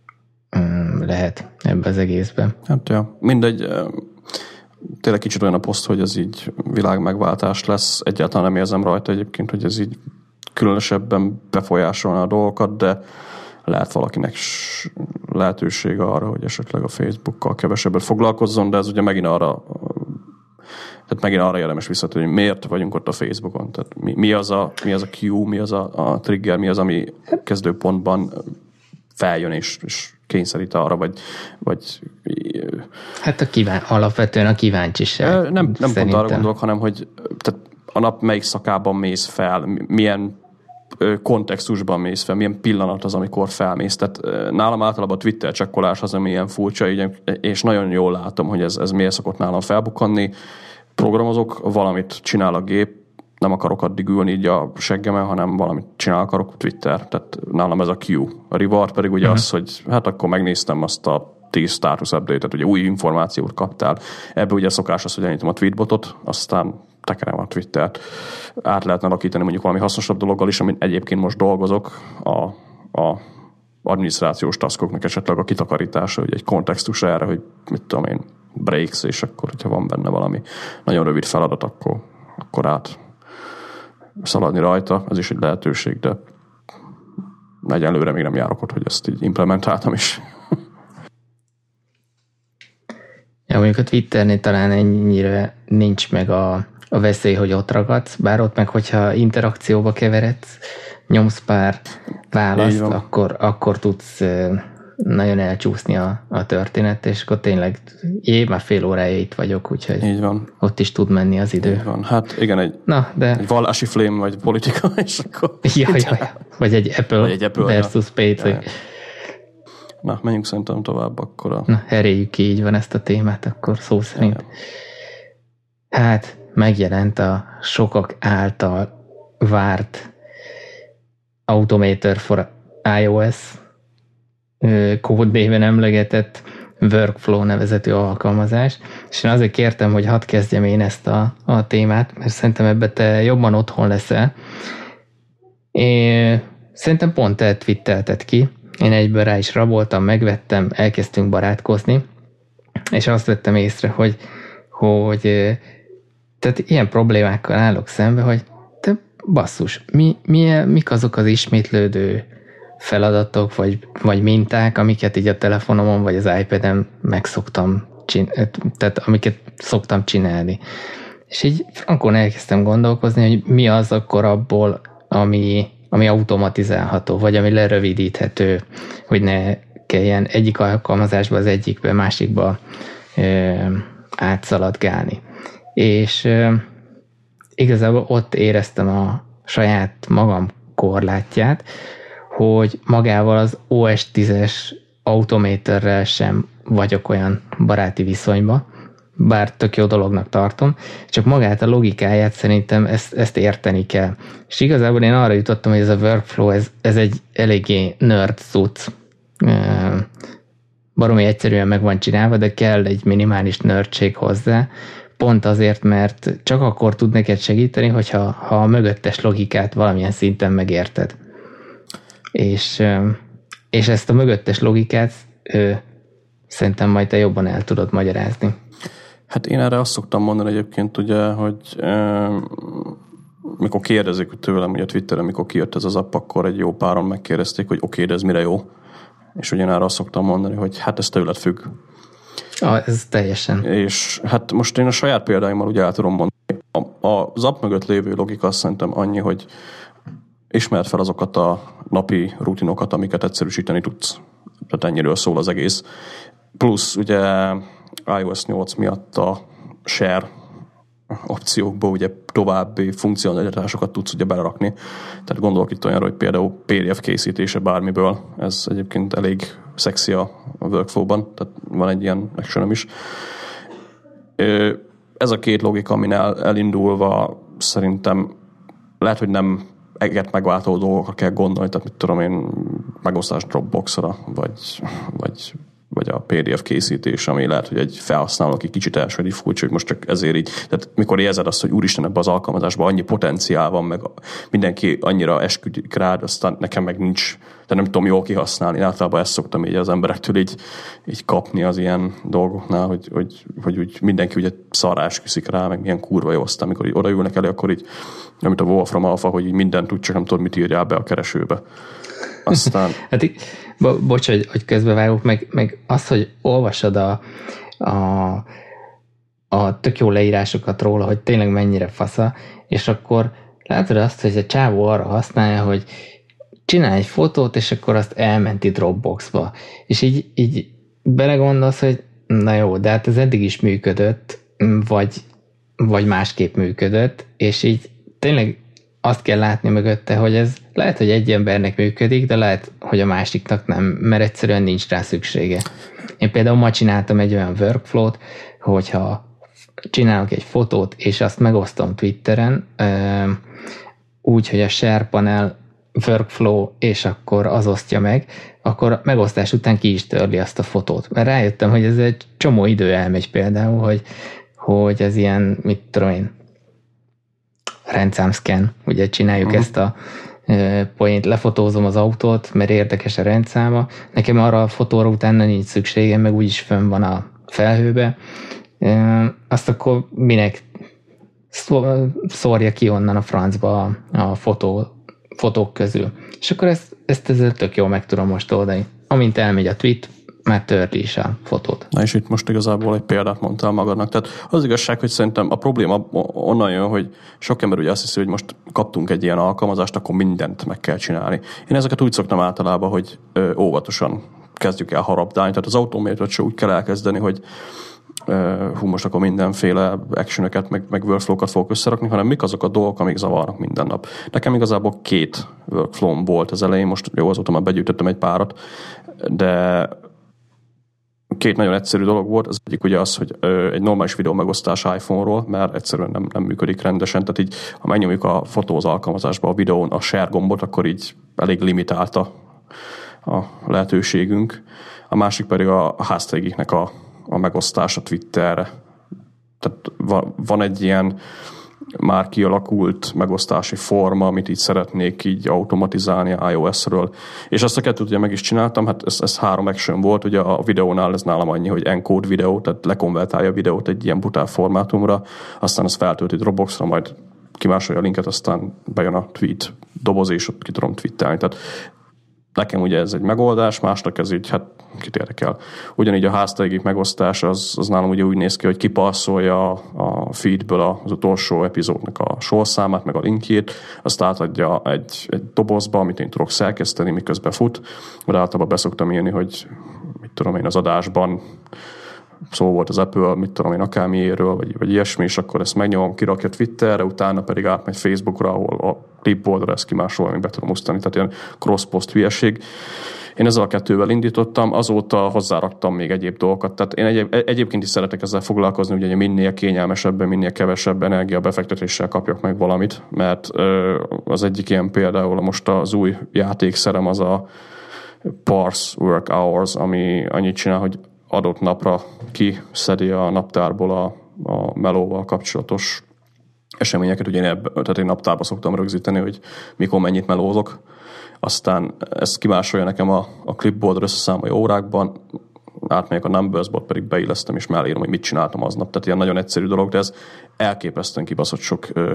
lehet ebbe az egészben. Hát ja, mindegy, tényleg kicsit olyan a poszt, hogy ez így világmegváltás lesz. Egyáltalán nem érzem rajta egyébként, hogy ez így különösebben befolyásolna a dolgokat, de lehet valakinek lehetősége arra, hogy esetleg a Facebookkal kevesebbet foglalkozzon, de ez ugye megint arra tehát megint arra érdemes visszatérni, hogy miért vagyunk ott a Facebookon. Tehát mi, mi, az, a, mi az a Q, mi az a, a trigger, mi az, ami kezdőpontban feljön és, és kényszerít arra, vagy, vagy hát a kíván, alapvetően a kíváncsiság. Nem, nem pont arra gondolok, hanem, hogy tehát a nap melyik szakában mész fel, milyen kontextusban mész fel, milyen pillanat az, amikor felmész. Tehát nálam általában a Twitter csekkolás az, ami ilyen furcsa, és nagyon jól látom, hogy ez, ez miért szokott nálam felbukkanni. Programozok, valamit csinál a gép, nem akarok addig ülni így a seggemen, hanem valamit csinál akarok, Twitter. Tehát nálam ez a Q. A reward pedig ugye uh-huh. az, hogy hát akkor megnéztem azt a tíz status update-et, ugye új információt kaptál. Ebből ugye szokás az, hogy elnyitom a tweetbotot, aztán tekerem a Twittert. Át lehetne alakítani mondjuk valami hasznosabb dologgal is, amin egyébként most dolgozok, a, a adminisztrációs taskoknak esetleg a kitakarítása, ugye egy kontextus erre, hogy mit tudom én, breaks, és akkor, hogyha van benne valami nagyon rövid feladat, akkor, akkor át szaladni rajta, ez is egy lehetőség, de egyelőre még nem járok ott, hogy ezt így implementáltam is. Ja, mondjuk a Twitternél talán ennyire nincs meg a, a veszély, hogy ott ragadsz, bár ott meg, hogyha interakcióba keveredsz, nyomsz pár választ, akkor, akkor tudsz nagyon elcsúszni a, a történet, és akkor tényleg jé, már fél órája itt vagyok, úgyhogy így van. Ott is tud menni az idő. Így van. Hát igen, egy, Na, de... egy vallási flame, vagy politika, és akkor... Ja, ja, ja. Vagy egy Apple, vagy egy Apple versus Page. Ja, ja. Na, menjünk szerintem tovább akkor. A... Na, heréljük ki, így van ezt a témát, akkor szó szerint. Ja, ja. Hát, megjelent a sokak által várt Automator for iOS kódnéven emlegetett Workflow nevezetű alkalmazás, és én azért kértem, hogy hadd kezdjem én ezt a, a témát, mert szerintem ebbe te jobban otthon leszel. Én szerintem pont te twittelted ki, én egyből rá is raboltam, megvettem, elkezdtünk barátkozni, és azt vettem észre, hogy, hogy tehát ilyen problémákkal állok szembe, hogy te basszus, mi, mi, mik azok az ismétlődő feladatok, vagy, vagy minták, amiket így a telefonomon, vagy az iPad-en megszoktam csinálni, tehát amiket szoktam csinálni. És így frankon elkezdtem gondolkozni, hogy mi az akkor abból, ami, ami automatizálható, vagy ami lerövidíthető, hogy ne kelljen egyik alkalmazásba az egyikbe, másikba ö, átszaladgálni. És ö, igazából ott éreztem a saját magam korlátját, hogy magával az o es tízes Automatorrel sem vagyok olyan baráti viszonyba, bár tök jó dolognak tartom, csak magát a logikáját szerintem ezt, ezt érteni kell. És igazából én arra jutottam, hogy ez a workflow, ez, ez egy eléggé nerd cucc. Baromi egyszerűen meg van csinálva, de kell egy minimális nerdség hozzá, pont azért, mert csak akkor tud neked segíteni, hogyha ha a mögöttes logikát valamilyen szinten megérted. És, és ezt a mögöttes logikát ö, szerintem majd te jobban el tudod magyarázni. Hát én erre azt szoktam mondani egyébként, ugye, hogy ö, mikor kérdezik tőlem, ugye a Twitteren, mikor kijött ez az app, akkor egy jó páron megkérdezték, hogy oké, okay, de ez mire jó? És ugye én erre azt szoktam mondani, hogy hát ez tőled függ. Ah, ez teljesen. És hát most én a saját példáimmal ugye el tudom mondani. A, a, az app mögött lévő logika azt szerintem annyi, hogy ismerd fel azokat a napi rutinokat, amiket egyszerűsíteni tudsz. Tehát ennyiről szól az egész. Plusz ugye iOS nyolc miatt a share opciókból ugye további funkcionalitásokat tudsz ugye belerakni. Tehát gondolok itt olyanra, hogy például pé dé ef készítése bármiből. Ez egyébként elég szexi a workflow-ban, tehát van egy ilyen actionom is. Ez a két logika, amin el, elindulva szerintem lehet, hogy nem eget megváltó dolgokra kell gondolni, tehát mit tudom én, megosztás Dropbox-ra, vagy, vagy, vagy a pé dé ef készítés, ami lehet, hogy egy felhasználó, aki kicsit első, hogy furcsa, hogy most csak ezért így, tehát mikor érzed azt, hogy úristen, ebben az alkalmazásban annyi potenciál van, meg mindenki annyira esküdik rád, aztán nekem meg nincs, de nem tudom jól kihasználni. Általában ezt szoktam így az emberektől így, így kapni az ilyen dolgoknál, hogy, hogy, hogy úgy mindenki ugye szarrá esküszik rá, meg milyen kurva jó, aztán amikor így odaülnek elő, akkor így, amit a Wolfram Alpha, hogy így mindent tud, csak nem tudod, mit írjál be a keresőbe. Aztán... hát bo- bocs, hogy, hogy közbevágok, meg, meg az, hogy olvasod a, a, a tök jó leírásokat róla, hogy tényleg mennyire fasza, és akkor látod azt, hogy a csávó arra használja, hogy csinálj egy fotót, és akkor azt elmenti Dropboxba. És így, így belegondolsz, hogy na jó, de hát ez eddig is működött, vagy, vagy másképp működött, és így tényleg azt kell látni mögötte, hogy ez lehet, hogy egy embernek működik, de lehet, hogy a másiknak nem, mert egyszerűen nincs rá szüksége. Én például ma csináltam egy olyan workflow-t, hogyha csinálok egy fotót, és azt megosztom Twitteren, úgy, hogy a share panel workflow, és akkor az osztja meg, akkor megosztás után ki is törli azt a fotót. Mert rájöttem, hogy ez egy csomó idő elmegy például, hogy, hogy ez ilyen, mit tudom én, rendszámszken, ugye csináljuk uh-huh. ezt a poént, lefotózom az autót, mert érdekes a rendszáma. Nekem arra a fotóra utána nincs szükségem, meg úgyis fönn van a felhőbe. Azt akkor minek szórja ki onnan a francba a fotó, fotók közül. És akkor ezt, ezt ezzel tök jól meg tudom most oldani. Amint elmegy a tweet, már törli is a fotót. Na és itt most igazából egy példát mondtál magadnak. Tehát az igazság, hogy szerintem a probléma onnan jön, hogy sok ember ugye azt hiszi, hogy most kaptunk egy ilyen alkalmazást, akkor mindent meg kell csinálni. Én ezeket úgy szoktam általában, hogy ö, óvatosan kezdjük el harabdálni. Tehát az automatot se úgy kell elkezdeni, hogy ö, hú, most akkor mindenféle actionöket, meg, meg workflow-kat fogok összerakni, hanem mik azok a dolgok, amik zavarnak minden nap. Nekem igazából két workflow volt az elején, most jó, azóta már begyűjtöttem egy párat, de két nagyon egyszerű dolog volt. Az egyik ugye az, hogy ö, egy normális videó megosztás iPhone-ról, mert egyszerűen nem, nem működik rendesen, tehát így, ha megnyomjuk a fotóz alkalmazásba a videón a share gombot, akkor így elég limitálta a lehetőségünk. A másik pedig a hashtagiknek a, a megosztása Twitterre. Tehát van, van egy ilyen már kialakult megosztási forma, amit így szeretnék így automatizálni iOS-ről. És azt a kettőt ugye meg is csináltam, hát ez, ez három action volt, ugye a videónál ez nálam annyi, hogy encode videó, tehát lekonvertálja a videót egy ilyen butál formátumra, aztán az feltölti Dropboxra, majd kimásolja a linket, aztán bejön a tweet doboz, és ott ki tudom twittelni. Tehát nekem ugye ez egy megoldás, másnak ez így, hát kit érdekel. Ugyanígy a hashtagik megosztás, az, az nálam ugye úgy néz ki, hogy kipasszolja a feedből az utolsó epizódnak a sorszámát, meg a linkjét, azt átadja egy, egy dobozba, amit én tudok szerkeszteni, miközben fut. De általában beszoktam írni, hogy mit tudom én az adásban szó volt az Apple, mit tudom én, akármiéről, vagy, vagy ilyesmi, és akkor ezt megnyomom, kirakja Twitterre, utána pedig átmegy Facebookra, ahol a clipboardra ezt kimásolva, amit be tudom osztani, tehát ilyen cross-post hülyeség. Én ezzel a kettővel indítottam, azóta hozzáraktam még egyéb dolgokat, tehát én egyéb, egyébként is szeretek ezzel foglalkozni, ugye minél kényelmesebben, minél kevesebb energiabefektetéssel kapjak meg valamit, mert az egyik ilyen például most az új játékszerem az a Parse Work Hours, ami annyit csinál, hogy adott napra kiszedi a naptárból a, a melóval kapcsolatos eseményeket, ugye én, ebbe, tehát én naptárba szoktam rögzíteni, hogy mikor mennyit melózok, aztán ezt kimásolja nekem a, a clipboardra, összeszámolja órákban, átmegyek a Numbersbot, pedig beillesztem, és mellírom, hogy mit csináltam aznap. Tehát ilyen nagyon egyszerű dolog, de ez elképesztően kibaszott sok ö,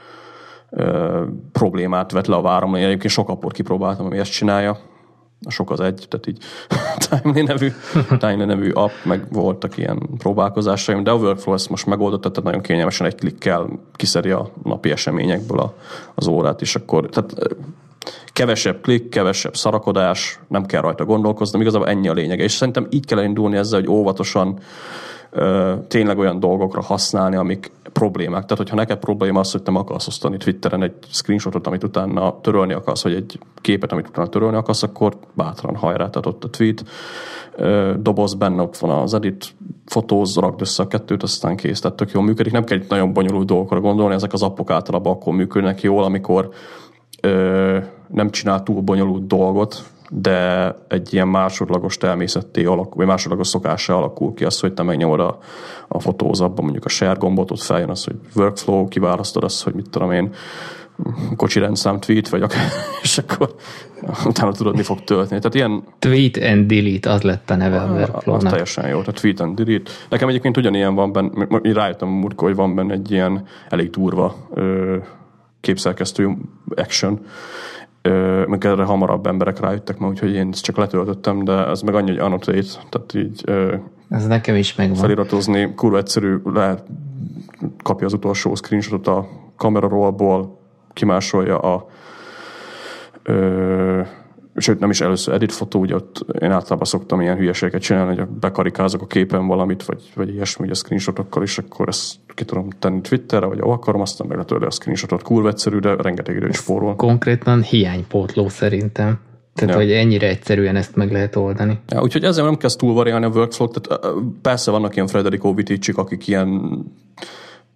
ö, problémát vet le a váramon. Én egyébként sok appot kipróbáltam, ami ezt csinálja. Sok az egy, tehát így Timely nevű, Timely nevű app, meg voltak ilyen próbálkozásaim, de a Workflow ezt most megoldott, tehát nagyon kényelmesen egy klikkel kiszedi a napi eseményekből a, az órát, és akkor tehát kevesebb klik, kevesebb szarakodás, nem kell rajta gondolkozni, igazából ennyi a lényege. És szerintem így kell indulni ezzel, hogy óvatosan ö, tényleg olyan dolgokra használni, amik problémák. Tehát, hogyha neked probléma az, hogy te akarsz osztani Twitteren egy screenshotot, amit utána törölni akarsz, vagy egy képet, amit utána törölni akarsz, akkor bátran hajrá, tehát ott a tweet, ö, doboz benne, ott van az edit, fotóz, rakd össze a kettőt, aztán kész, tehát tök jól működik. Nem kell itt nagyon bonyolult dolgokra gondolni, ezek az appok általában akkor működnek jól, amikor Ö, nem csinál túl bonyolult dolgot, de egy ilyen másodlagos természetté alakul, vagy másodlagos szokássá alakul ki az, hogy te megnyomod a, a fotózapban mondjuk a share gombot, ott feljön az, hogy workflow, kiválasztod azt, hogy mit tudom én, kocsi rendszám tweet, vagy akár, és akkor utána tudod, mi fog tölteni. Tehát ilyen... Tweet and delete, az lett a neve a workflow-nak. Az teljesen jó, tehát tweet and delete. Nekem egyébként ugyanilyen van benne, rájöttem a múltkor, hogy van benne egy ilyen elég durva ö, képszerkesztő action, meg erre hamarabb emberek rájöttek ma, úgyhogy én ezt csak letöltöttem, de ez meg annyi, hogy annotate, tehát így ez nekem is megvan. Feliratozni, kurva egyszerű, lehet kapja az utolsó screenshotot a kamerarólból, kimásolja a ö, sőt, nem is először edit fotó, ugye ott én általában szoktam ilyen hülyeségeket csinálni, hogy bekarikázok a képen valamit, vagy, vagy ilyesmi, ugye a screenshotokkal is, akkor ezt ki tudom tenni Twitterre, vagy ahol akarom, aztán meg letölti a screenshotot. Kurva egyszerű, de rengeteg idő is forró. Konkrétan hiánypótló szerintem. Tehát, ja. hogy ennyire egyszerűen ezt meg lehet oldani. Ja, úgyhogy ezzel nem kezd túl variálni a workflow-t, tehát persze vannak ilyen Federico Viticsik, akik ilyen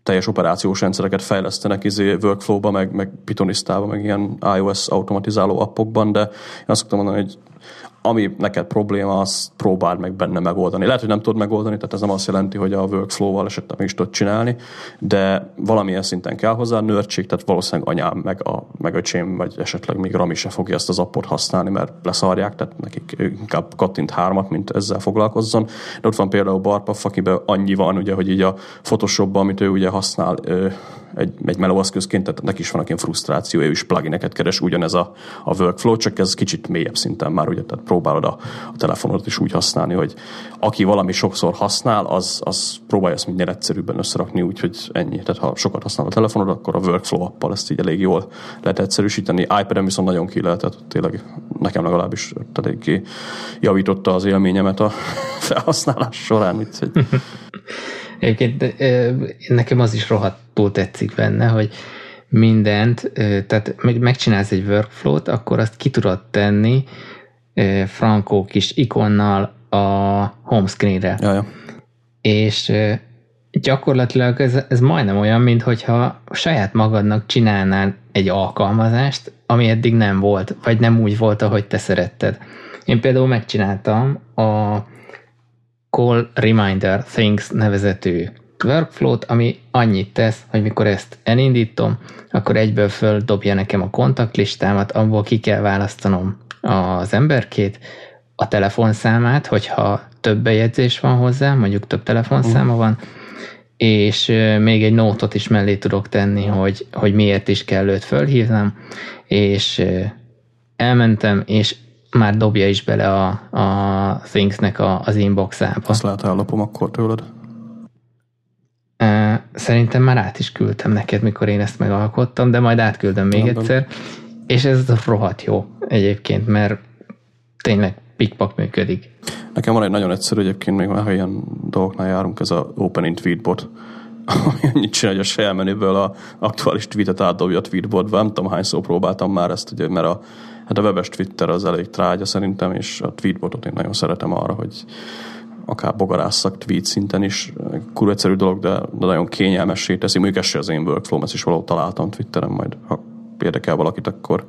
teljes operációs rendszereket fejlesztenek izé workflow-ba, meg, meg Pythonisztába, meg ilyen iOS automatizáló appokban, de én azt szoktam mondani, hogy ami neked probléma, azt próbáld meg benne megoldani. Lehet, hogy nem tudod megoldani, tehát ez nem azt jelenti, hogy a workflow-val esetleg is tudod csinálni, de valamilyen szinten kell hozzá nördség, tehát valószínűleg anyám, meg, a, meg öcsém, vagy esetleg még Rami se fogja ezt az appot használni, mert leszarják, tehát nekik inkább kattint hármat, mint ezzel foglalkozzon. De ott van például Barpaff, akiben annyi van, ugye, hogy így a Photoshopban, amit ő ugye használ egy, egy melóeszközként, tehát neki is vannak ilyen frusztráció, ő is plugineket keres, ugyanez a, a workflow, csak ez kicsit mélyebb szinten már, ugye, tehát próbálod a, a telefonodat is úgy használni, hogy aki valami sokszor használ, az, az próbálja ezt minél egyszerűbben összerakni, úgyhogy ennyi. Tehát ha sokat használ a telefonod, akkor a workflow appal ezt így elég jól lehet egyszerűsíteni. iPad-en viszont nagyon ki lehet, tehát tényleg nekem legalábbis eléggé javította az élményemet a felhasználás során. Úgyhogy... Egyébként nekem az is rohadtul tetszik benne, hogy mindent, tehát megcsinálsz egy workflow-t, akkor azt ki tudod tenni frankó kis ikonnal a home screenre. Jaja. És gyakorlatilag ez, ez majdnem olyan, minthogyha saját magadnak csinálnál egy alkalmazást, ami eddig nem volt, vagy nem úgy volt, ahogy te szeretted. Én például megcsináltam a Call Reminder Things nevezetű workflow-t, ami annyit tesz, hogy mikor ezt elindítom, akkor egyből földobja nekem a kontaktlistámat, abból ki kell választanom az emberkét, a telefonszámát, hogyha több bejegyzés van hozzá, mondjuk több telefonszáma van, és még egy nótot is mellé tudok tenni, hogy, hogy miért is kell őt fölhívnom, és elmentem, és már dobja is bele a, a Things-nek a, az inboxába. Azt lehet ellopom akkor tőled. Szerintem már át is küldtem neked, mikor én ezt megalkottam, de majd átküldöm még nem, egyszer, és ez rohadt jó egyébként, mert tényleg pikpak működik. Nekem van egy nagyon egyszerű egyébként, még már ha ilyen dolgoknál járunk, ez a Open Tweetbot, ami annyit csinál, hogy a share menüből a aktuális tweetet átdobja a tweetbotba. Nem tudom, hányszor próbáltam már ezt, ugye, mert a, hát a webes Twitter az elég trágya szerintem, és a tweetbotot én nagyon szeretem arra, hogy akár bogarásszak tweet szinten is. Kurva egyszerű dolog, de, de nagyon kényelmessé teszi. Mondjuk ez se az én workflow, ezt is valahol találtam Twitteren, majd ha érdekel valakit, akkor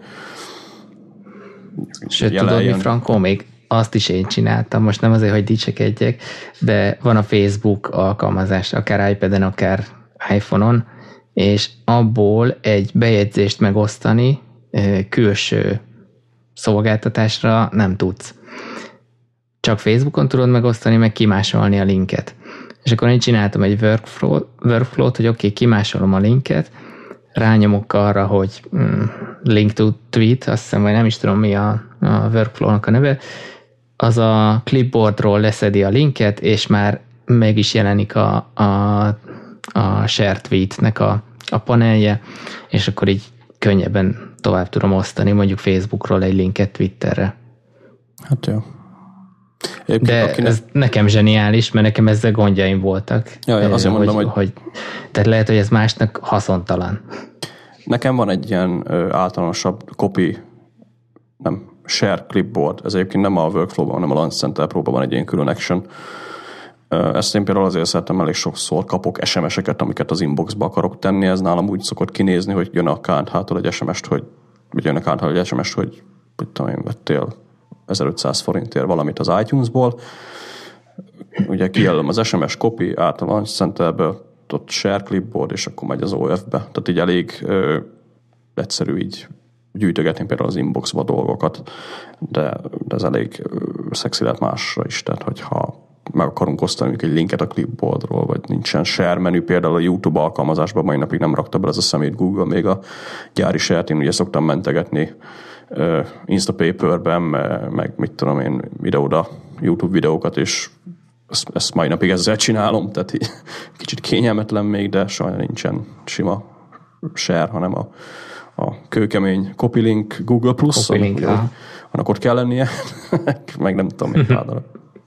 sőt, tudod mi, Frankó, még azt is én csináltam, most nem azért, hogy dicsekedjek, de van a Facebook alkalmazás, akár iPad-en, akár iPhone-on, és abból egy bejegyzést megosztani külső szolgáltatásra nem tudsz. Csak Facebookon tudod megosztani, meg kimásolni a linket. És akkor én csináltam egy workflow, workflow-t, hogy oké, okay, kimásolom a linket, rányomok arra, hogy mm, link to tweet, azt hiszem, vagy nem is tudom mi a, a workflow-nak a neve, az a clipboardról leszedi a linket, és már meg is jelenik a, a, a share tweetnek a, a panelje, és akkor így könnyebben tovább tudom osztani, mondjuk Facebookról egy linket Twitterre. Hát jó. Épp, de akinek... ez nekem zseniális, mert nekem ezzel gondjaim voltak. Ja, ja, azért hogy, mondom, hogy... hogy... Tehát lehet, hogy ez másnak haszontalan. Nekem van egy ilyen ö, általánosabb copy, nem, share clipboard. Ez egyébként nem a workflow-ban, hanem a Launch Center Pro-ban van egy ilyen külön action. Ezt én például azért szeretem, elég sokszor kapok es em es-eket, amiket az inboxba akarok tenni. Ez nálam úgy szokott kinézni, hogy jön a account hától egy es em es-t, hogy jön a account hától egy es em es-t, hogy mit tudom én, vettél ezerötszáz forintért valamit az iTunes-ból. Ugye kijelölöm az es em es copy, át a Launch Centerből, ott share clipboard, és akkor megy az o ef-be. Tehát így elég ö, egyszerű így gyűjtögetni például az inboxba dolgokat, de, de ez elég ö, szexi lehet másra is. Tehát, hogyha meg akarunk osztani egy linket a clipboardról, vagy nincsen share menü, például a YouTube alkalmazásban mai napig nem rakta be ez a szemét Google, még a gyári share-t én ugye szoktam mentegetni uh, Instapaperben, meg mit tudom én, ide-oda YouTube videókat, és ezt, ezt mai napig ezzel csinálom, tehát így, kicsit kényelmetlen még, de sajnos nincsen sima share, hanem a, a kőkemény copylink Google Plus-on, annak ott kell lennie, meg nem tudom, mit pádalak.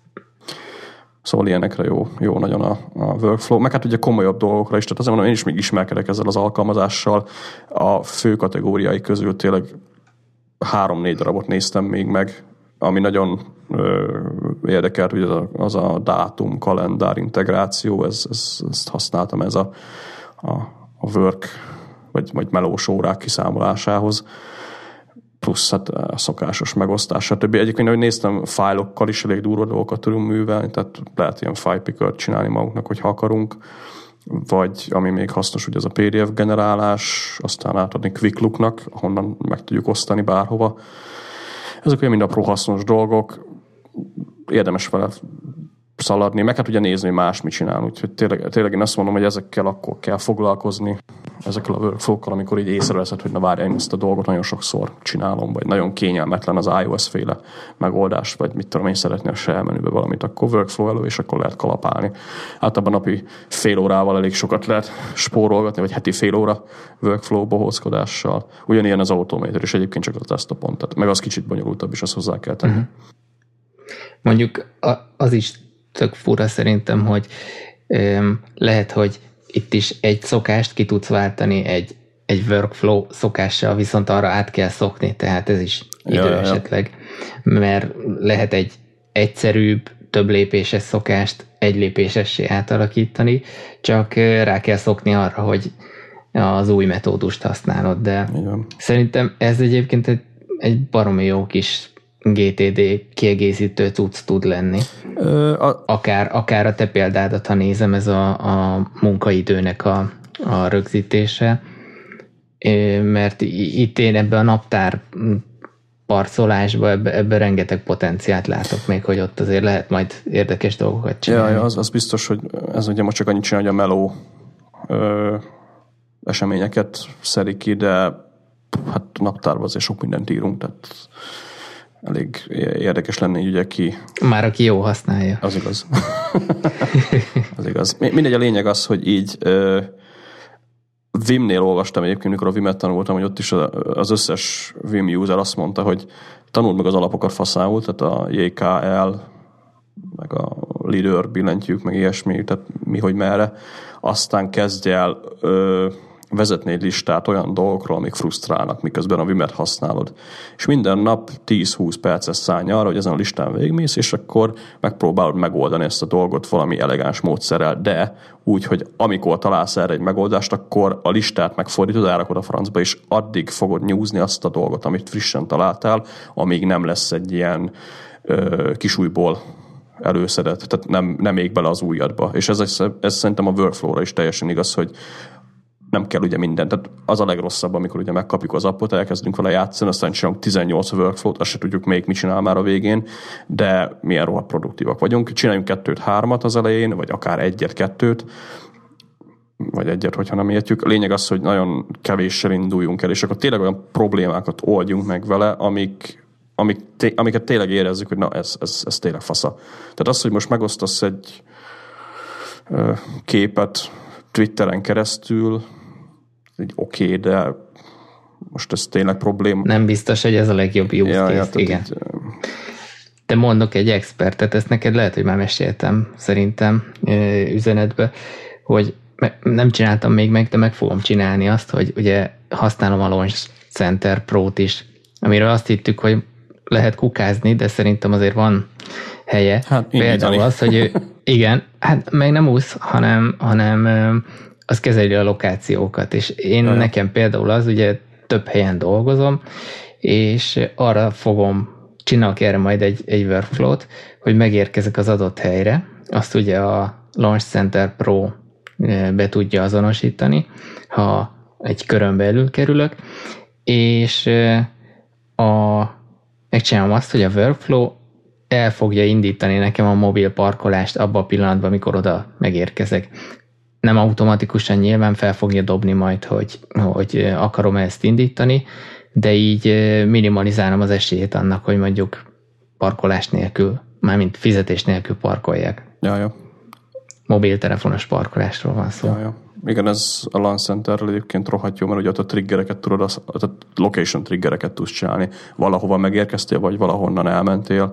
Szóval ilyenekre jó, jó nagyon a, a workflow. Meg hát ugye komolyabb dolgokra is, tehát azért mondom, én is még ismerkedek ezzel az alkalmazással. A fő kategóriái közül tényleg három-négy darabot néztem még meg, ami nagyon ö, érdekelt, hogy az a, az a dátum, kalendár integráció, ez, ez, ezt használtam, ez a, a, a work, vagy, vagy melós órák kiszámolásához, plusz hát a szokásos megosztás, stb. Egyébként, ahogy néztem, fájlokkal is elég durva dolgokat tudunk művelni, tehát lehet ilyen file pickert csinálni magunknak, hogyha akarunk, vagy ami még hasznos, ugye az a pé dé ef generálás, aztán átadni Quick Look-nak, ahonnan meg tudjuk osztani bárhova. Ezek olyan mind apró hasznos dolgok, érdemes vele szaladni, meg hát ugye nézni, hogy más mit csinál, úgyhogy tényleg, tényleg én azt mondom, hogy ezekkel akkor kell foglalkozni, ezekkel a workflow-kkal, amikor így észreveszed, hogy na várjál, én ezt a dolgot nagyon sokszor csinálom, vagy nagyon kényelmetlen az iOS-féle megoldás, vagy mit tudom én szeretnél a shell menübe valamit, akkor workflow elő, és akkor lehet kalapálni. Általában napi fél órával elég sokat lehet spórolgatni, vagy heti fél óra workflow bohózkodással. Ugyanilyen az Automator, és egyébként csak a desktopon, tehát meg az kicsit bonyolultabb, és azt hozzá kell tenni. Uh-huh. Mondjuk az is tök fura szerintem, hogy öm, lehet, hogy itt is egy szokást ki tudsz váltani egy, egy workflow szokással, viszont arra át kell szokni, tehát ez is idő ja, esetleg, ja. Mert lehet egy egyszerűbb, több lépéses szokást egy lépésessé átalakítani, csak rá kell szokni arra, hogy az új metódust használod, de igen. Szerintem ez egyébként egy, egy baromi jó kis gé té dé kiegészítő cucc tud lenni. Ö, a... Akár, akár a te példádat, ha nézem, ez a, a munkaidőnek a, a rögzítése, mert itt én ebbe a naptár parcolásba, ebbe, ebbe rengeteg potenciált látok még, hogy ott azért lehet majd érdekes dolgokat csinálni. Ja, az, az biztos, hogy ez ugye most csak annyit csinál, hogy a meló ö, eseményeket szedik ki, de hát naptárban azért sok mindent írunk, tehát elég érdekes lenne, hogy ugye ki... Már aki jó használja. Az igaz. Az igaz. Mindegy, a lényeg az, hogy így uh, Vimnél olvastam egyébként, mikor a Vimet tanultam, hogy ott is az összes Vim user azt mondta, hogy tanuld meg az alapokat faszául, tehát a jé ká el, meg a leader billentyűk, meg ilyesmi, tehát mi, hogy merre. Aztán kezdj el uh, vezetni egy listát olyan dolgokról, amik frusztrálnak, miközben a Vimet használod. És minden nap tíz-húsz perces szállj arra, hogy ezen a listán végigmész, és akkor megpróbálod megoldani ezt a dolgot valami elegáns módszerrel, de úgy, hogy amikor találsz erre egy megoldást, akkor a listát megfordítod, elrakod a francba, és addig fogod nyúzni azt a dolgot, amit frissen találtál, amíg nem lesz egy ilyen ö, kisújból előszedett, tehát nem, nem ég bele az ujjadba. És ez, ez szerintem a workflow-ra is teljesen igaz, hogy nem kell ugye mindent. Tehát az a legrosszabb, amikor ugye megkapjuk az appot, elkezdünk vele játszani, aztán csinálunk tizennyolc workflow-t, azt se tudjuk még mit csinál már a végén, de milyen rohadt produktívak vagyunk. Csináljunk kettőt, hármat az elején, vagy akár egyet, kettőt, vagy egyet, hogyha nem értjük. A lényeg az, hogy nagyon kevéssel induljunk el, és akkor tényleg olyan problémákat oldjunk meg vele, amik, amik té- amiket tényleg érezzük, hogy na, ez, ez, ez tényleg fasza. Tehát az, hogy most megosztasz egy ö, képet Twitteren keresztül, oké, okay, de most ez tényleg probléma. Nem biztos, hogy ez a legjobb use ja, case, ja, igen. Így, te mondok egy expertet, ezt neked lehet, hogy már meséltem szerintem üzenetbe, hogy nem csináltam még meg, de meg fogom csinálni azt, hogy ugye használom a Launch Center Pro-t is, amiről azt hittük, hogy lehet kukázni, de szerintem azért van helye. Hát, például az, hogy ő, igen, hát meg nem úsz, hanem, hanem az kezeli a lokációkat, és én Ajaj. nekem például az, ugye több helyen dolgozom, és arra fogom, csinálok erre majd egy, egy workflow-t, hogy megérkezek az adott helyre, azt ugye a Launch Center Pro be tudja azonosítani, ha egy körön belül kerülök, és a, megcsinálom azt, hogy a workflow el fogja indítani nekem a mobil parkolást abban a pillanatban, amikor oda megérkezek. Nem automatikusan nyilván fel fogja dobni majd, hogy, hogy akarom ezt indítani, de így minimalizálom az esélyét annak, hogy mondjuk parkolás nélkül, mármint fizetés nélkül parkoljak. Ja, ja. Mobiltelefonos parkolásról van szó. Ja, ja. Igen, ez a Launch Centerrel egyébként rohadt jó, mert ugye ott a triggereket tudod, a location triggereket tudsz csinálni. Valahova megérkeztél, vagy valahonnan elmentél.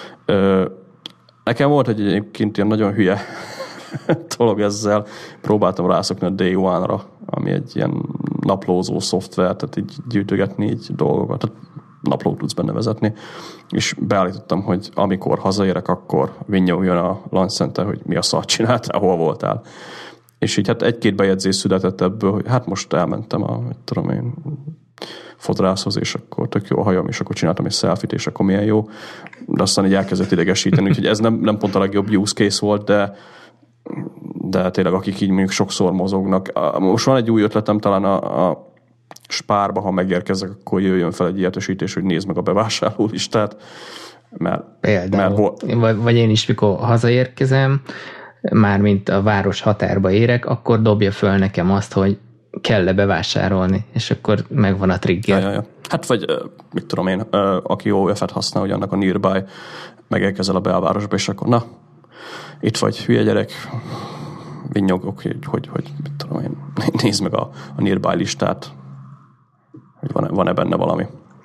Nekem volt egy egyébként ilyen nagyon hülye dolog ezzel. Próbáltam rászokni a Day One-ra, ami egy ilyen naplózó szoftver, tehát így gyűjtögetni így dolgokat. Tehát naplót tudsz benne vezetni. És beállítottam, hogy amikor hazaérek, akkor vinnyogjon a Launch Center, hogy mi a szart csináltál, hol voltál. és így hát egy-két bejegyzés született ebből, hogy hát most elmentem a, mit tudom én, fodrászhoz, és akkor tök jó a hajam, és akkor csináltam egy selfie-t, és akkor milyen jó. De aztán így elkezdett idegesíteni, úgyhogy ez nem, nem pont a legjobb use case volt, de, de tényleg akik így mondjuk sokszor mozognak. Most van egy új ötletem, talán a, a Spárba, ha megérkezek, akkor jöjjön fel egy értesítés, hogy nézd meg a bevásárló listát. Mert, Például. Mert, vagy én is, mikor hazaérkezem, mármint a város határba érek, akkor dobja föl nekem azt, hogy kell-e bevásárolni, és akkor megvan a trigger. Ja, ja, ja. Hát vagy, mit tudom én, aki o ef et használ, hogy annak a nearby, megérkezel a belvárosba, és akkor na, itt vagy, hülye gyerek, vinnyogok, hogy, hogy, hogy mit tudom én, nézd meg a, a nearby listát, hogy van-e, van-e benne valami.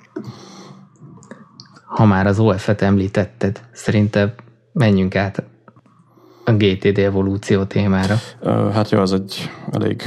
Ha már az o ef et említetted, szerintem menjünk át a gé té dé evolúció témára. Hát jó, ez egy elég...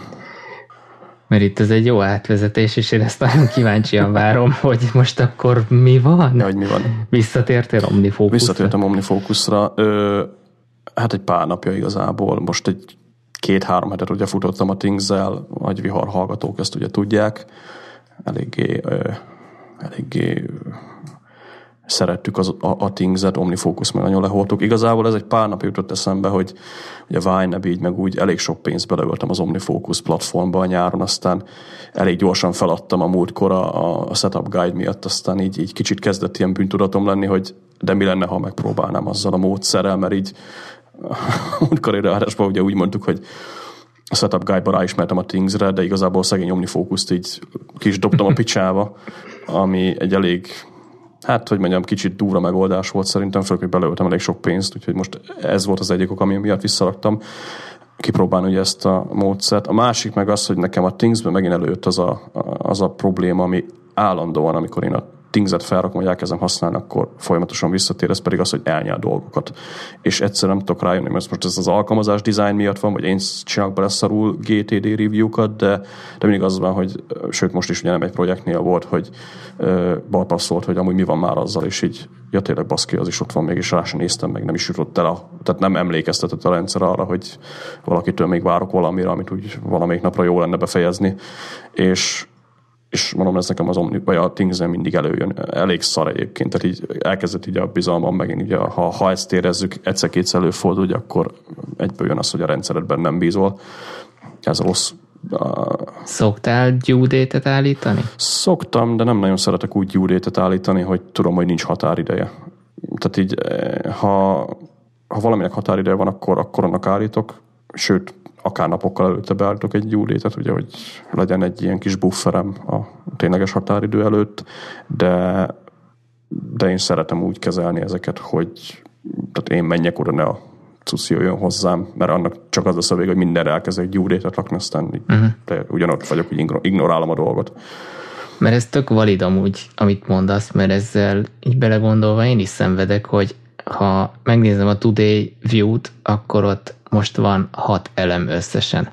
Mert itt ez egy jó átvezetés, és én ezt nagyon kíváncsian várom, hogy most akkor mi van? Ja, hogy mi van. Visszatértél OmniFocusra? Visszatértem OmniFocusra. Ö, hát egy pár napja igazából. Most egy két-három hetet ugye futottam a Things-zel, vagy vihar hallgatók ezt ugye tudják. Eléggé, ö, eléggé szerettük az, a, a Things-et, OmniFocus meg nagyon lehortuk. Igazából ez egy pár nap jutott eszembe, hogy ugye Vine-ebb így meg úgy elég sok pénzt beleöltem az OmniFocus platformba a nyáron, aztán elég gyorsan feladtam a múltkor a, a setup guide miatt, aztán így, így kicsit kezdett ilyen bűntudatom lenni, hogy de mi lenne, ha megpróbálnám azzal a módszerrel, mert így múltkor ráadásban ugye úgy mondtuk, hogy a setup guide-ba ráismertem a Things-re, de igazából szegény OmniFocust így kis dobtam a picsába, ami egy elég, hát, hogy mondjam, kicsit durva megoldás volt szerintem, főleg, hogy beleöltem elég sok pénzt, úgyhogy most ez volt az egyik ok, ami miatt visszaraktam kipróbálni ugye ezt a módszert. A másik meg az, hogy nekem a Thingsben megint előtt az a, az a probléma, ami állandóan, amikor én a Things-et felrakom, hogy elkezdem használni, akkor folyamatosan visszatér, ez pedig az, hogy elnyel dolgokat. És egyszer nem tudok rájönni, mert most ez az alkalmazás design miatt van, vagy én csinálok bele szarul gé té dé review-kat, de, de mindig az van, hogy sőt, most is ugye nem egy projektnél volt, hogy uh, balpasszolt, hogy amúgy mi van már azzal, és így, ja tényleg baszki, az is ott van még, és rá sem néztem meg, nem is jutott el, a, tehát nem emlékeztetett a rendszer arra, hogy valakitől még várok valamire, amit úgy valamelyik napra jó lenne befejezni, és és mondom, ez nekem az Omni, vagy a Things-en mindig előjön. Elég szar egyébként, tehát így elkezdett így a bizalmam, megint ugye, ha, ha ezt érezzük, egyszer-kétszer előfordul, ugye, akkor egyből jön az, hogy a rendszeredben nem bízol. Ez rossz. Szoktál due date-et állítani? Szoktam, de nem nagyon szeretek úgy due date-et állítani, hogy tudom, hogy nincs határideje. Tehát így, ha, ha valaminek határideje van, akkor, akkor annak állítok, sőt, akár napokkal előtte beállítok egy due date-et, ugye, hogy legyen egy ilyen kis bufferem a tényleges határidő előtt, de, de én szeretem úgy kezelni ezeket, hogy tehát én menjek oda, ne a cucci jöjjön hozzám, mert annak csak az a szöveg, hogy mindenre elkezdek due date-et lakni, aztán uh-huh. de ugyanott vagyok, hogy ignorálom a dolgot. Mert ez tök valid amúgy, amit mondasz, mert ezzel így belegondolva én is szenvedek, hogy ha megnézem a Today View-t, akkor ott most van hat elem összesen.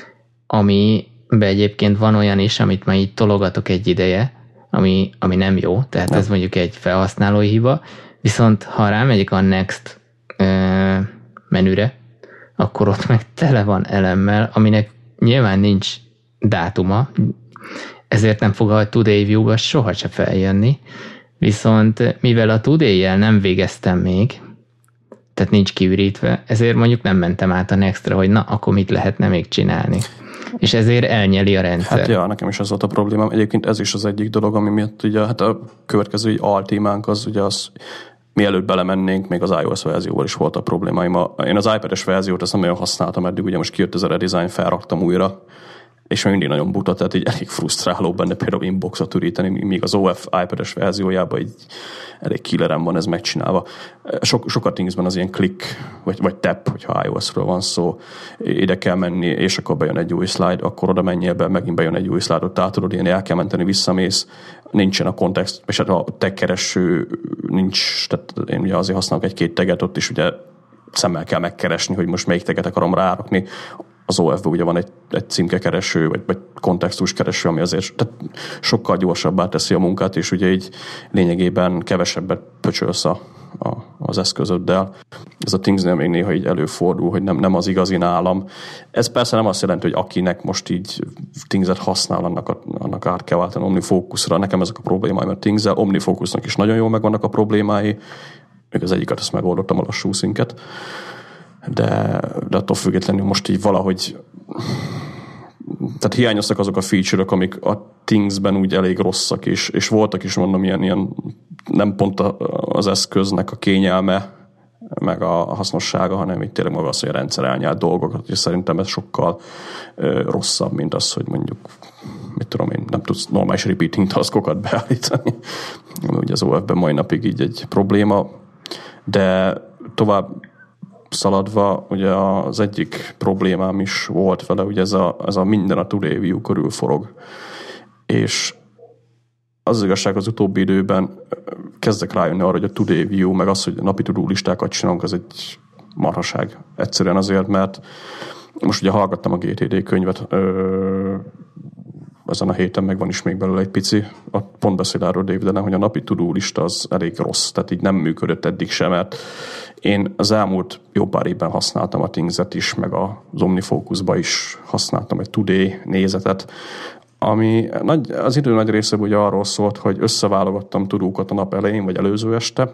Amiben egyébként van olyan is, amit már így tologatok egy ideje, ami, ami nem jó, tehát nem. Ez mondjuk egy felhasználói hiba, viszont ha rámegyek a Next ö, menüre, akkor ott meg tele van elemmel, aminek nyilván nincs dátuma, ezért nem fog a Today View-ba soha se feljönni, viszont mivel a Today-jel nem végeztem még, tehát nincs kiürítve, ezért mondjuk nem mentem át a Nextre, hogy na, akkor mit lehetne még csinálni. És ezért elnyeli a rendszer. Hát ja, nekem is ez volt a problémám. Egyébként ez is az egyik dolog, ami miatt ugye, hát a következő altémánk az ugye az, mielőtt belemennénk, még az iOS verzióval is volt a problémáim. Én az iPad-es verziót ezt nem nagyon használtam eddig, ugye most kijött ez a redesign, felraktam újra, és még mindig nagyon buta, tehát így elég frusztráló benne például inboxot üríteni, míg az o ef iPad-es verziójában így elég killerem van ez megcsinálva. Sok, sokat Thingsben az ilyen click, vagy, vagy tap, hogyha iOS-ről van szó, ide kell menni, és akkor bejön egy új slide, akkor oda menjél be, megint bejön egy új slide, ott át tudod, el kell menteni, visszamész, nincsen a kontext, és hát a tag kereső nincs, tehát én ugye azért használok egy-két teget, ott is ugye szemmel kell megkeresni, hogy most melyik teget akarom rárakni. Az o ef-ben ugye van egy, egy címkekereső, vagy, vagy kontextuskereső, ami azért tehát sokkal gyorsabbá teszi a munkát, és ugye így lényegében kevesebbet pöcsölsz a, a, az eszközöddel. Ez a Thingsnél még néha így előfordul, hogy nem, nem az igazi nálam. Ez persze nem azt jelenti, hogy akinek most így Thingset használ, annak, a, annak át kell váltani OmniFocusra. Nekem ezek a problémái, mert Thingsel, OmniFocusnak is nagyon jól megvannak a problémái. Még az egyiket, ezt megoldottam, a lassú szinket. De, de attól függetlenül most így valahogy tehát hiányoztak azok a feature-ök, amik a Thingsben úgy elég rosszak, és, és voltak is, mondom, ilyen, ilyen nem pont a, az eszköznek a kényelme, meg a hasznossága, hanem itt tényleg maga az, hogy a rendszer elnyelt dolgokat, és szerintem ez sokkal ö, rosszabb, mint az, hogy mondjuk, mit tudom én, nem tudsz normális repeating taskokat beállítani. Ugye az o ef-ben mai napig így egy probléma, de tovább szaladva, ugye az egyik problémám is volt vele, ugye ez a, ez a minden a Today View körül forog. És az, az igazság, az utóbbi időben kezdek rájönni arra, hogy a Today View, meg az, hogy napi tudó listákat csinálunk, az egy marhaság. Egyszerűen azért, mert most ugye hallgattam a gé té dé könyvet, ö, ezen a héten meg van is még belőle egy pici, a pont beszél arról David, hogy a napi tudó lista az elég rossz, tehát így nem működött eddig sem, mert én az elmúlt jó pár évben használtam a Thingset is, meg az OmniFocusba is használtam egy Today nézetet, ami nagy, az idő nagy része ugye arról szólt, hogy összeválogattam tudókat a nap elején, vagy előző este,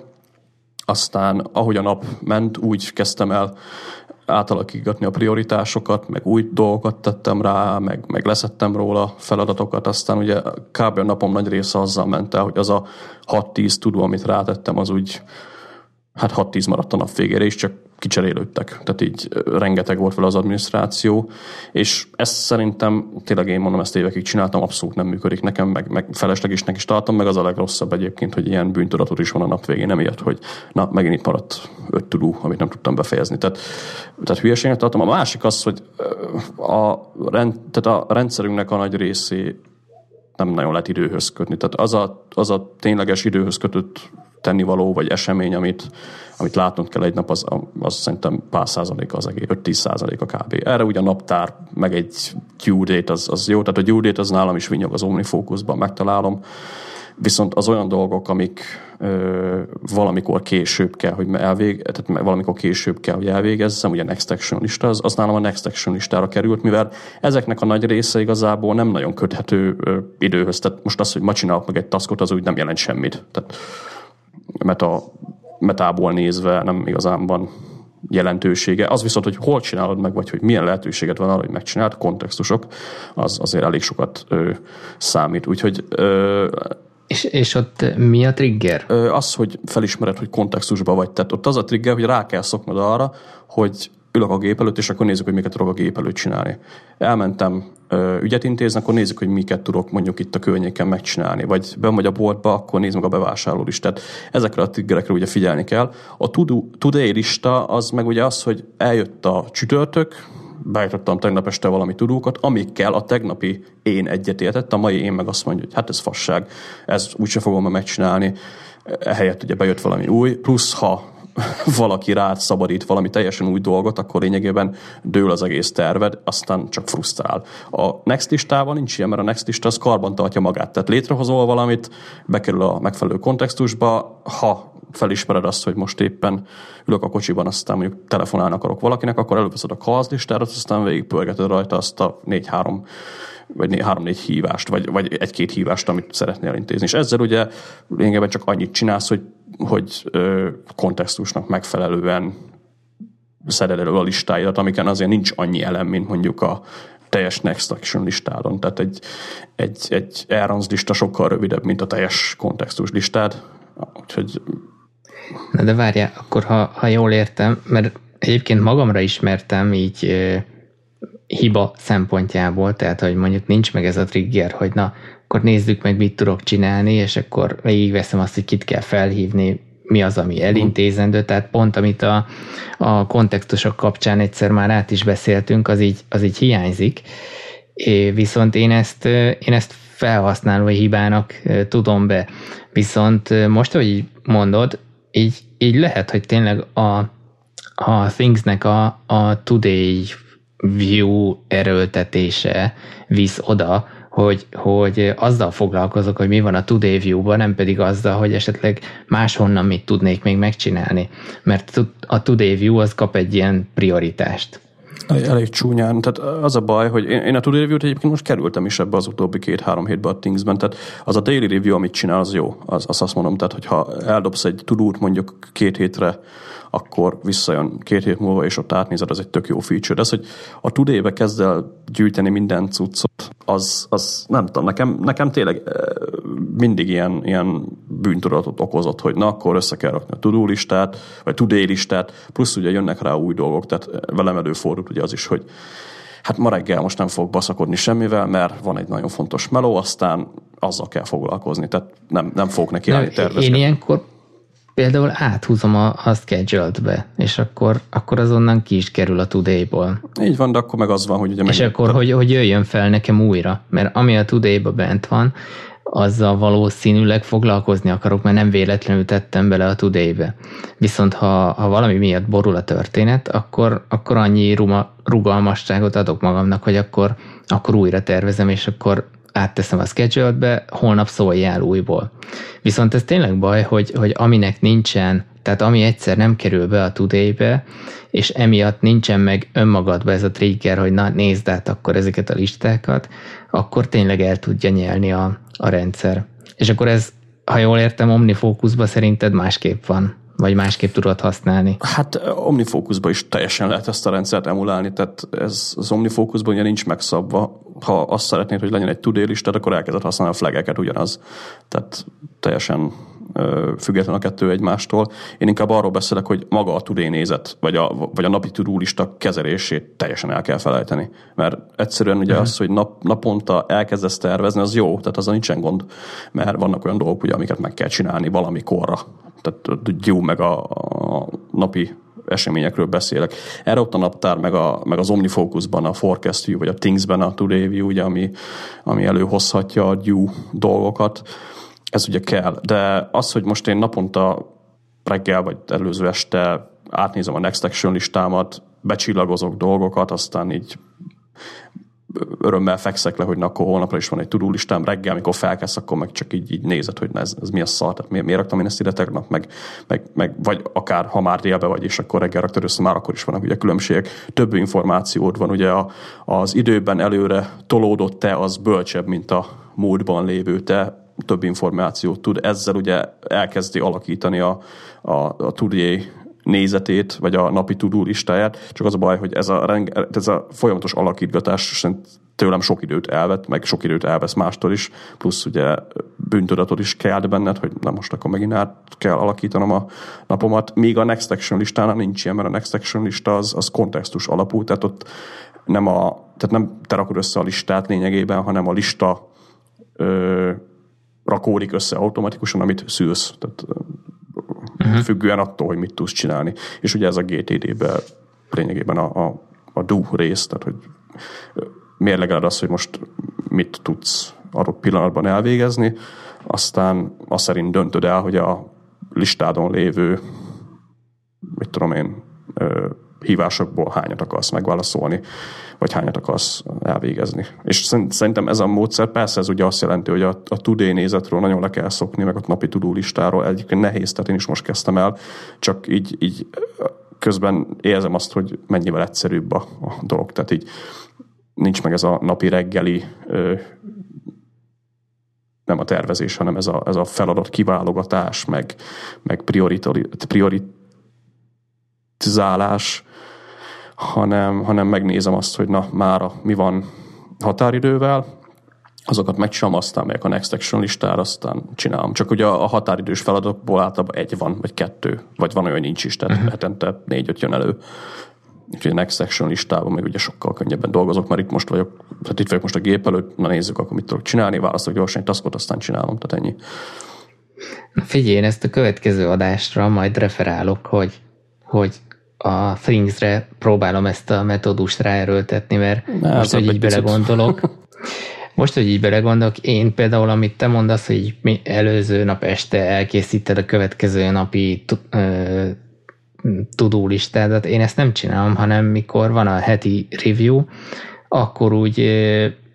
aztán ahogy a nap ment, úgy kezdtem el átalakítgatni a prioritásokat, meg új dolgokat tettem rá, meg, meg leszettem róla feladatokat, aztán ugye kb. A napom nagy része azzal ment el, hogy az a hat-tíz tudó, amit rátettem, az úgy hát hat-tíz maradt a nap végére is, csak kicserélődtek. Tehát így rengeteg volt vele az adminisztráció, és ezt szerintem, tényleg én mondom, ezt évekig csináltam, abszolút nem működik nekem, meg, meg feleslegesnek is tartom, meg az a legrosszabb egyébként, hogy ilyen bűntudatod is van a nap végén, nem ilyet, hogy na, megint itt maradt öt tudó, amit nem tudtam befejezni. Tehát, tehát hülyeségnek tartom. A másik az, hogy a, rend, tehát a rendszerünknek a nagy részé nem nagyon lehet időhöz kötni. Tehát az a, az a tényleges időhöz kötött tennivaló, vagy esemény, amit, amit látnod kell egy nap, az, az szerintem pár százaléka az egész, öt-tíz százaléka kb. Erre ugye a naptár, meg egy due date az, az jó, tehát a due date az nálam is vinyog az OmniFocusban, megtalálom, viszont az olyan dolgok, amik ö, valamikor később kell, hogy elvég, tehát valamikor később kell, hogy elvégezzem, ugye Next Action lista, az, az nálam a Next Action listára került, mivel ezeknek a nagy része igazából nem nagyon köthető ö, időhöz, tehát most az, hogy ma csinálok meg egy taskot, az úgy nem jelent semmit. Tehát meta, metából nézve nem igazán van jelentősége. Az viszont, hogy hol csinálod meg, vagy hogy milyen lehetőséget van arra, hogy megcsináld, kontextusok, az azért elég sokat ö, számít. Úgyhogy ö, és, és ott mi a trigger? Ö, az, hogy felismered, hogy kontextusban vagy. Tehát ott az a trigger, hogy rá kell szoknod arra, hogy ülök a gép előtt, és akkor nézzük, hogy miket tudok a gép előtt csinálni. Elmentem ö, ügyet intézni, akkor nézzük, hogy miket tudok mondjuk itt a környéken megcsinálni. Vagy benn vagy a boltba, akkor nézzük a bevásárlólistát. Ezekre a triggerekre ugye figyelni kell. A Today lista az meg ugye az, hogy eljött a csütörtök, beállítottam tegnap este valami tudókat, amikkel a tegnapi én egyetértett, a mai én meg azt mondja, hogy hát ez fasság, ez úgyse fogom meg megcsinálni. Ehelyett ugye bejött valami új, plusz ha valaki rád szabadít valami teljesen új dolgot, akkor lényegében dől az egész terved, aztán csak frusztrál. A Next listával nincs ilyen, mert a Next lista az karban tartja magát. Tehát létrehozol valamit, bekerül a megfelelő kontextusba, ha felismered azt, hogy most éppen ülök a kocsiban, aztán mondjuk telefonálni akarok valakinek, akkor előveszed a calls listárat, aztán végigpörgeted rajta azt a négy-három vagy három-négy hívást, vagy, vagy egy-két hívást, amit szeretnél intézni. És ezzel ugye lényegében csak annyit csinálsz, hogy, hogy ö, kontextusnak megfelelően szeded elő a listáidat, amiken azért nincs annyi elem, mint mondjuk a teljes Next Action listádon. Tehát egy, egy, egy errands lista sokkal rövidebb, mint a teljes kontextus listád. Úgyhogy... Na de várjál, akkor ha, ha jól értem, mert egyébként magamra ismertem így e, hiba szempontjából, tehát hogy mondjuk nincs meg ez a trigger, hogy na, akkor nézzük meg, mit tudok csinálni, és akkor végigveszem azt, hogy kit kell felhívni, mi az, ami elintézendő, tehát pont amit a, a kontextusok kapcsán egyszer már át is beszéltünk, az így, az így hiányzik, é, viszont én ezt, én ezt felhasználói hibának tudom be. Viszont most, hogy mondod, így, így lehet, hogy tényleg a, a Thingsnek a, a Today View erőltetése visz oda, hogy, hogy azzal foglalkozok, hogy mi van a Today View-ban, nem pedig azzal, hogy esetleg máshonnan mit tudnék még megcsinálni. Mert a Today View az kap egy ilyen prioritást. Elég csúnyán. Tehát az a baj, hogy én, én a Today Review-t egyébként most kerültem is ebbe az utóbbi két-három hétben a Thingsben, tehát az a daily review, amit csinál, az jó. Az, az azt mondom, tehát hogyha eldobsz egy tudót mondjuk két hétre, akkor visszajön két hét múlva, és ott átnézed, az egy tök jó feature. De az, hogy a Today-be kezd el gyűjteni minden cuccot, az, az nem tudom, nekem, nekem tényleg mindig ilyen, ilyen bűntudatot okozott, hogy na, akkor össze kell rakni a to-do listát, vagy Today listát, plusz ugye jönnek rá új dolgok, tehát velem előfordult ugye az is, hogy hát ma reggel most nem fogok baszakodni semmivel, mert van egy nagyon fontos meló, aztán azzal kell foglalkozni, tehát nem, nem fogok neki állni tervezni. Én ilyenkor például áthúzom a, a scheduled-be, és akkor, akkor azonnan ki is kerül a Today-ból. Így van, de akkor meg az van, hogy ugye... És akkor, hogy, hogy jöjjön fel nekem újra, mert ami a Today-ba bent van, azzal valószínűleg foglalkozni akarok, mert nem véletlenül tettem bele a Today-be. Viszont ha, ha valami miatt borul a történet, akkor, akkor annyi ruma, rugalmasságot adok magamnak, hogy akkor, akkor újra tervezem, és akkor átteszem a schedule-be, holnap szóljál újból. Viszont ez tényleg baj, hogy, hogy aminek nincsen, tehát ami egyszer nem kerül be a Today-be, és emiatt nincsen meg önmagadba ez a trigger, hogy na nézd át akkor ezeket a listákat, akkor tényleg el tudja nyelni a, a rendszer. És akkor ez, ha jól értem, OmniFocusban szerinted másképp van, vagy másképp tudod használni? Hát OmniFocusban is teljesen lehet ezt a rendszert emulálni, tehát ez az OmniFocusban ugye nincs megszabva. Ha azt szeretnéd, hogy legyen egy Today listát, akkor elkezded használni a flageket, ugyanaz. Tehát teljesen független a kettő egymástól. Én inkább arról beszélek, hogy maga a Today nézet, vagy a, vagy a napi to-do lista kezelését teljesen el kell felejteni. Mert egyszerűen ugye uh-huh. az, hogy nap, naponta elkezdesz tervezni, az jó, tehát azzal nincsen gond, mert vannak olyan dolgok, ugye, amiket meg kell csinálni valamikorra. Tehát a due meg a, a napi eseményekről beszélek. Erre ott a naptár, meg, a, meg az OmniFocusban a Forecast View, vagy a Thingsben a Today View, ugye, ami, ami előhozhatja a due dolgokat. Ez ugye kell. De az, hogy most én naponta reggel, vagy előző este átnézem a Next Action listámat, becsillagozok dolgokat, aztán így örömmel fekszek le, hogy na, akkor holnapra is van egy to-do listám, reggel, amikor felkelsz, akkor meg csak így, így nézed, hogy ez, ez mi a szar, tehát miért, miért raktam én ezt ide tegnap, meg, meg, meg, vagy akár ha már délbe vagy, és akkor reggel raktad össze, már akkor is vannak ugye különbségek. Több információd van, ugye a, az időben előre tolódott te, az bölcsebb, mint a múltban lévő te, több információt tud, ezzel ugye elkezdi alakítani a, a, a Today nézetét, vagy a napi to-do listáját, csak az a baj, hogy ez a, renge, ez a folyamatos alakítgatás tőlem sok időt elvet, meg sok időt elvesz mástól is, plusz ugye bűntudatot is kell benned, hogy na most akkor megint át kell alakítanom a napomat, míg a Next Action listánál nincs ilyen, mert a Next Action lista az, az kontextus alapú, tehát ott nem, a, tehát nem te rakod össze a listát lényegében, hanem a lista ö, rakódik össze automatikusan, amit szülsz. Tehát uh-huh. függően attól, hogy mit tudsz csinálni. És ugye ez a gé té dé-ben lényegében a, a, a do rész, tehát hogy mérlegeled azt, hogy most mit tudsz adott pillanatban elvégezni, aztán azt szerint döntöd el, hogy a listádon lévő, mit tudom én, hívásokból hányat akarsz megválaszolni, vagy hányat akarsz elvégezni. És szerintem ez a módszer, persze ez ugye azt jelenti, hogy a, a Today nézetről nagyon le kell szokni, meg a napi to-do listáról egyébként nehéz, tehát én is most kezdtem el, csak így, így közben érzem azt, hogy mennyivel egyszerűbb a, a dolog, tehát így nincs meg ez a napi reggeli ö, nem a tervezés, hanem ez a, ez a feladat kiválogatás, meg, meg prioritizálás, hanem, hanem megnézem azt, hogy na, mára mi van határidővel, azokat megcsinálom, aztán megyek a Next Action listára, aztán csinálom. Csak ugye a határidős feladatokból általában egy van, vagy kettő, vagy van olyan, nincs is, tehát uh-huh. hetente négy-öt jön elő. Úgyhogy a Next Action listában még ugye sokkal könnyebben dolgozok, mert itt most vagyok, tehát itt vagyok most a gép előtt, na nézzük, akkor mit tudok csinálni, választok gyorsan egy taskot, aztán csinálom, tehát ennyi. Na figyelj, én ezt a következő adásra majd referálok, hogy, hogy a Thingsre próbálom ezt a metódust ráerőltetni, mert ne, most, hogy így belegondolok, most, hogy így belegondolok, én például, amit te mondasz, hogy előző nap este elkészíted a következő napi to-do listádat, én ezt nem csinálom, hanem mikor van a heti review, akkor úgy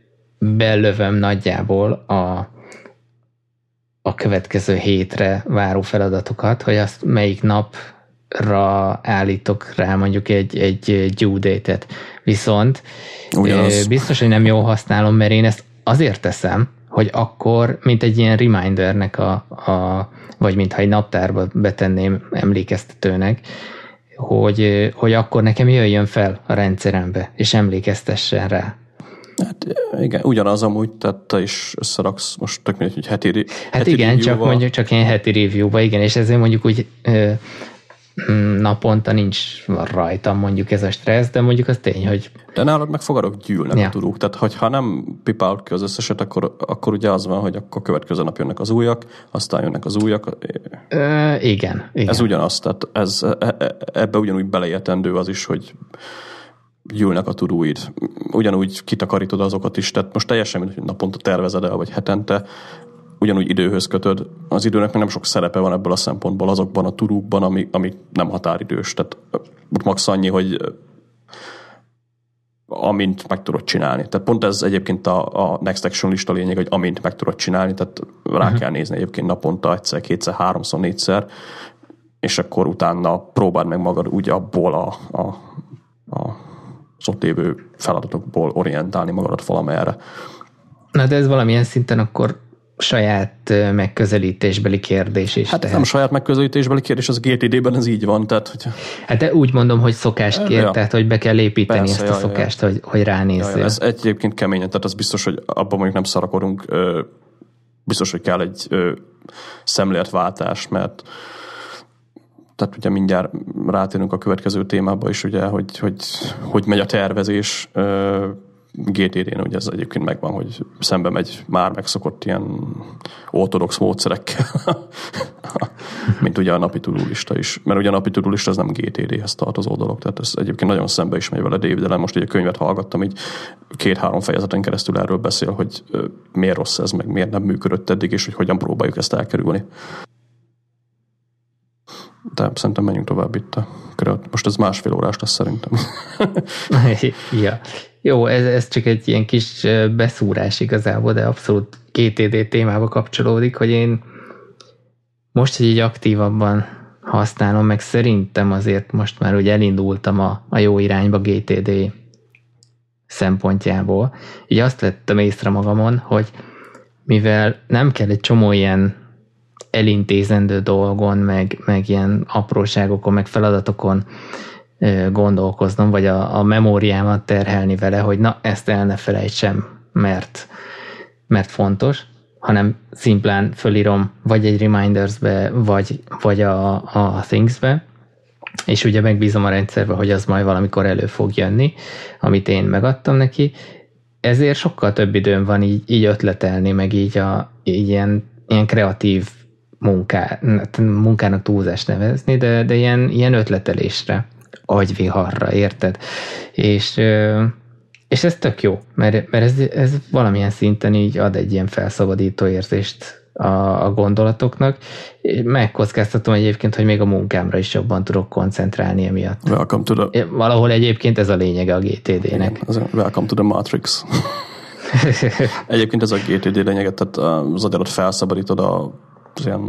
belövöm nagyjából a, a következő hétre váró feladatokat, hogy azt melyik napra állítok rá mondjuk egy, egy due date-et. Viszont Ugyanaz. biztos, hogy nem jól használom, mert én ezt azért teszem, hogy akkor, mint egy ilyen remindernek, a, a, vagy mintha egy naptárba betenném emlékeztetőnek, hogy, hogy akkor nekem jöjjön fel a rendszerembe, és emlékeztessen rá. Hát igen, ugyanaz amúgy, tehát te is összeraksz most tök mindegy, hogy heti, hát heti igen, review-ba. csak mondjuk csak ilyen heti review-ba, igen, és ezért mondjuk úgy ö, naponta nincs rajtam mondjuk ez a stressz, de mondjuk az tény, hogy... De nálad meg fogadok gyűlnek ja. a tudók, tehát hogyha nem pipálod ki az összeset, akkor, akkor ugye az van, hogy akkor következő nap jönnek az újak, aztán jönnek az újak. Ö, igen, igen. Ez ugyanaz, tehát ez, ebbe ugyanúgy beleértendő az is, hogy gyűlnek a tudóid. Ugyanúgy kitakarítod azokat is, tehát most teljesen mindegy, hogy naponta tervezed el, vagy hetente, ugyanúgy időhöz kötöd. Az időnek meg nem sok szerepe van ebből a szempontból azokban a tudókban, ami, ami nem határidős. Tehát max annyi, hogy amint meg tudod csinálni. Tehát pont ez egyébként a, a Next Action lista lényeg, hogy amint meg tudod csinálni, tehát rá uh-huh. kell nézni egyébként naponta egyszer, kétszer, háromszor, négyszer, és akkor utána próbáld meg magad úgy abból a, a, a az ott lévő feladatokból orientálni magadat valamerre. Na de ez valamilyen szinten akkor saját megközelítésbeli kérdés is. Hát tehát. nem saját megközelítésbeli kérdés, az gé té dé-ben ez így van. Tehát, hogy... Hát de úgy mondom, hogy szokást kér, ja. tehát hogy be kell építeni Persze, ezt a ja, szokást, ja. hogy, hogy ránézzél. Ja, ja. Ez egyébként keményen, tehát az biztos, hogy abban mondjuk nem szarakodunk, biztos, hogy kell egy szemléletváltás, mert tehát ugye mindjárt rátérünk a következő témába is, ugye, hogy hogy, hogy megy a tervezés gé té dén, ugye ez egyébként megvan, hogy szembe megy már megszokott ilyen ortodox módszerekkel, mint ugye a napi tudólista is. Mert ugye a napi tudólista az nem gé té dé-hez tartozó dolog, tehát ez egyébként nagyon szembe is megy vele David Allen. Most ugye a könyvet hallgattam, így két-három fejezeten keresztül erről beszél, hogy miért rossz ez, meg miért nem működött eddig, és hogy hogyan próbáljuk ezt elkerülni. De szerintem menjünk tovább itt a köret. Most ez másfél órás lesz szerintem. ja. Jó, ez, ez csak egy ilyen kis beszúrás igazából, de abszolút gé té dé témába kapcsolódik, hogy én most, hogy így aktívabban használom, meg szerintem azért most már úgy elindultam a, a jó irányba gé té dé szempontjából. Így azt vettem észre magamon, hogy mivel nem kell egy csomó ilyen elintézendő dolgon, meg, meg ilyen apróságokon, meg feladatokon gondolkoznom, vagy a, a memóriámat terhelni vele, hogy na, ezt el ne felejtsem, mert, mert fontos, hanem szimplán fölírom vagy egy Reminders-be, vagy, vagy a, a Things-be, és ugye megbízom a rendszerbe, hogy az majd valamikor elő fog jönni, amit én megadtam neki. Ezért sokkal több időm van így, így ötletelni, meg így, a, így ilyen, ilyen kreatív munká, munkának túlzást nevezni, de, de ilyen, ilyen ötletelésre, agyviharra, érted? És, és ez tök jó, mert, mert ez, ez valamilyen szinten így ad egy ilyen felszabadító érzést a, a gondolatoknak. Megkockáztatom egyébként, hogy még a munkámra is jobban tudok koncentrálni emiatt. Welcome to the... Valahol egyébként ez a lényege a gé té dé-nek. Igen, welcome to the Matrix. Egyébként ez a gé té dé lényeget, tehát az agyadat felszabadítod a az ilyen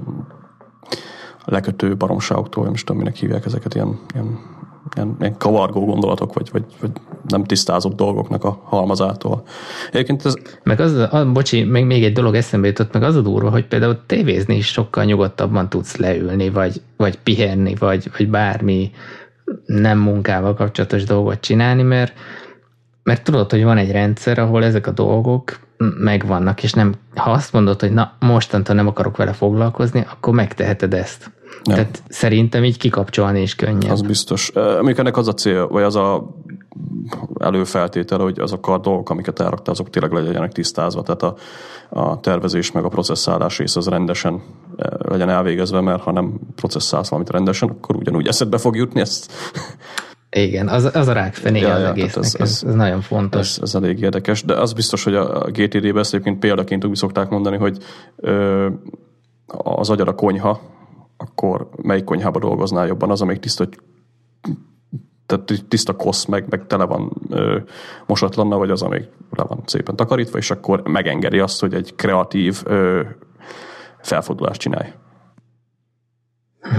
lekötő baromságoktól, nem is tudom, minek hívják ezeket, ilyen, ilyen, ilyen, ilyen kavargó gondolatok, vagy, vagy, vagy nem tisztázott dolgoknak a halmazától. Egyébként ez... Meg az, a, bocsi, meg még egy dolog eszembe jutott, meg az a durva, hogy például tévézni is sokkal nyugodtabban tudsz leülni, vagy, vagy pihenni, vagy, vagy bármi nem munkával kapcsolatos dolgot csinálni, mert, mert tudod, hogy van egy rendszer, ahol ezek a dolgok megvannak, és nem, ha azt mondod, hogy na, mostantól nem akarok vele foglalkozni, akkor megteheted ezt. Ja. Tehát szerintem így kikapcsolni is könnyebb. Az biztos. Mondjuk ennek az a cél, vagy az a előfeltétel, hogy azok a dolgok, amiket elraktál, azok tényleg legyenek tisztázva, tehát a, a tervezés meg a processzálás rész az rendesen legyen elvégezve, mert ha nem processzálsz valamit rendesen, akkor ugyanúgy eszedbe fog jutni ezt. Igen, az, az a rákfenéje ja, az ja, egésznek, ez, ez, ez nagyon fontos. Ez, ez elég érdekes, de az biztos, hogy a gé té dé-ben ezt egyébként példaként úgy szokták mondani, hogy ö, az agyad a konyha, akkor melyik konyhába dolgoznál jobban? Az, amelyik tiszta, hogy tehát tiszta kosz, meg, meg tele van ö, mosatlannal, vagy az, amíg le van szépen takarítva, és akkor megengedi azt, hogy egy kreatív ö, felfordulást csinálj. Hm.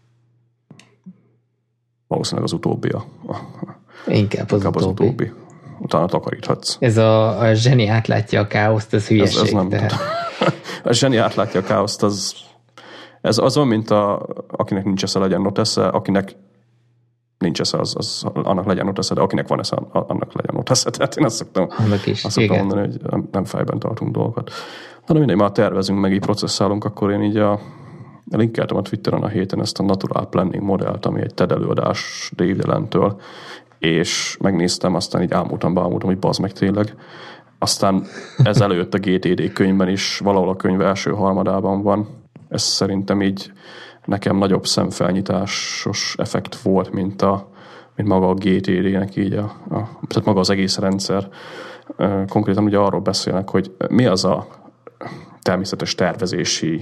Valószínűleg az utóbbi a, a Inkább az, inkább az utóbbi. utóbbi. Utána takaríthatsz. Ez a, a zseni átlátja a káoszt, ez hülyeség. Ez, ez nem, tehát. A zseni átlátja a káoszt, az ez az olyan, mint a, akinek nincs esze, legyen ott esze, akinek nincs esze, az, az, annak legyen ott esze, de akinek van esze, annak legyen ott esze. Tehát én azt szoktam, is, azt szoktam mondani, hogy nem, nem fejben tartunk dolgokat. De mindegy, már tervezünk, meg így processzálunk, akkor én így a linkeltem a Twitteren a héten ezt a Natural Planning modellt, ami egy TED előadás Dave Dillentől, és megnéztem, aztán így álmultam, beálmultam, hogy bazd meg tényleg. Aztán ezelőtt a gé té dé könyvben is valahol a könyv első harmadában van. Ez szerintem így nekem nagyobb szemfelnyitásos effekt volt, mint, a, mint maga a gé té dé-nek így a, a, tehát maga az egész rendszer. Konkrétan ugye arról beszélnek, hogy mi az a természetes tervezési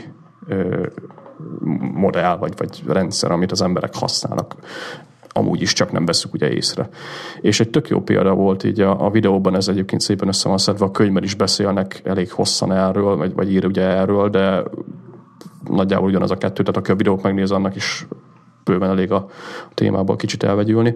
modell, vagy, vagy rendszer, amit az emberek használnak. Amúgy is csak nem veszük ugye észre. És egy tök jó példa volt így a, a videóban, ez egyébként szépen össze van szedve, a könyvben is beszélnek elég hosszan erről, vagy, vagy ír ugye erről, de nagyjából ugyanaz a kettő, tehát aki a videót megnéz, annak is bőven elég a témából kicsit elvegyülni.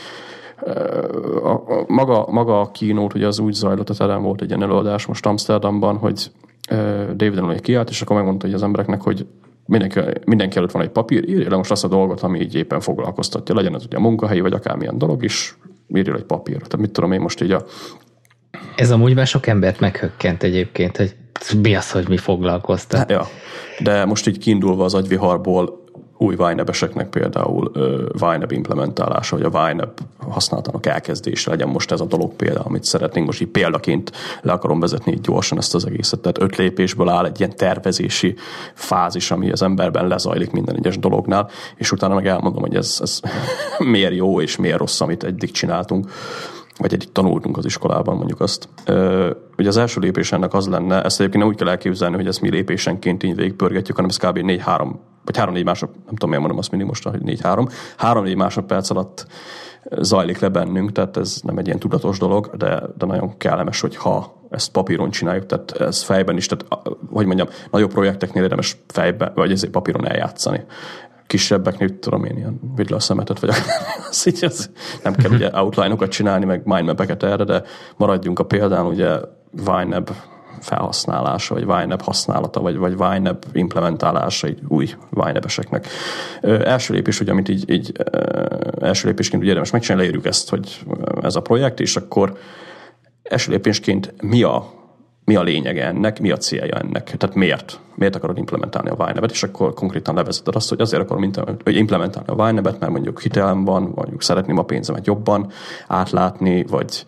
A, a, maga, maga a keynote ugye az úgy zajlott, a TED-en volt egy ilyen előadás most Amsterdamban, hogy David Allen kiállt, és akkor megmondta hogy az embereknek, hogy mindenki, mindenki előtt van egy papír, írja le most azt a dolgot, ami így éppen foglalkoztatja. Legyen az ugye a munkahelyi, vagy akármilyen dolog is, írja egy papír. Tehát mit tudom én most így a... Ez amúgy már sok embert meghökkent egyébként, hogy mi az, hogy mi foglalkoztat. Ja, de most így kiindulva az agyviharból új Vine-ebeseknek például uh, Vine-eb implementálása, vagy a Vine-eb használatának elkezdése legyen most ez a dolog például, amit szeretnénk most így példaként le akarom vezetni így gyorsan ezt az egészet. Tehát öt lépésből áll egy ilyen tervezési fázis, ami az emberben lezajlik minden egyes dolognál, és utána meg elmondom, hogy ez, ez miért jó és miért rossz, amit eddig csináltunk, vagy eddig tanultunk az iskolában, mondjuk azt. Ö, ugye az első lépés ennek az lenne, ezt egyébként nem úgy kell elképzelni, hogy ezt mi lépésenként így végigpörgetjük, hanem ez kb. négy-három, vagy három-négy másodperc, nem tudom, miért mondom azt mindig most, hogy négy-három, három-négy másodperc alatt zajlik le bennünk, tehát ez nem egy ilyen tudatos dolog, de, de nagyon kellemes, hogyha ezt papíron csináljuk, tehát ez fejben is, tehát hogy mondjam, nagyobb projekteknél érdemes fejbe, vagy ezért papíron eljátszani. Kisebbeknél, tudom én, ilyen vidd le a szemetet, vagy az így, az nem kell ugye outline-okat csinálni, meg mindmap-eket erre, de maradjunk a példán, ugye Vine-eb felhasználása, vagy Vine-eb használata, vagy, vagy Vine-eb implementálása így új Vine-ebeseknek. Ö, első lépés, ugye, amit így, így ö, első lépésként ugye érdemes megcsinálni, leírjuk ezt, hogy ez a projekt, és akkor első lépésként mi a mi a lényege ennek, mi a célja ennek, tehát miért? Miért akarod implementálni a Vine-ebet, és akkor konkrétan levezeted azt, hogy azért akarom implementálni a Vine-ebet, mert mondjuk hitelem van, vagy mondjuk szeretném a pénzemet jobban átlátni, vagy,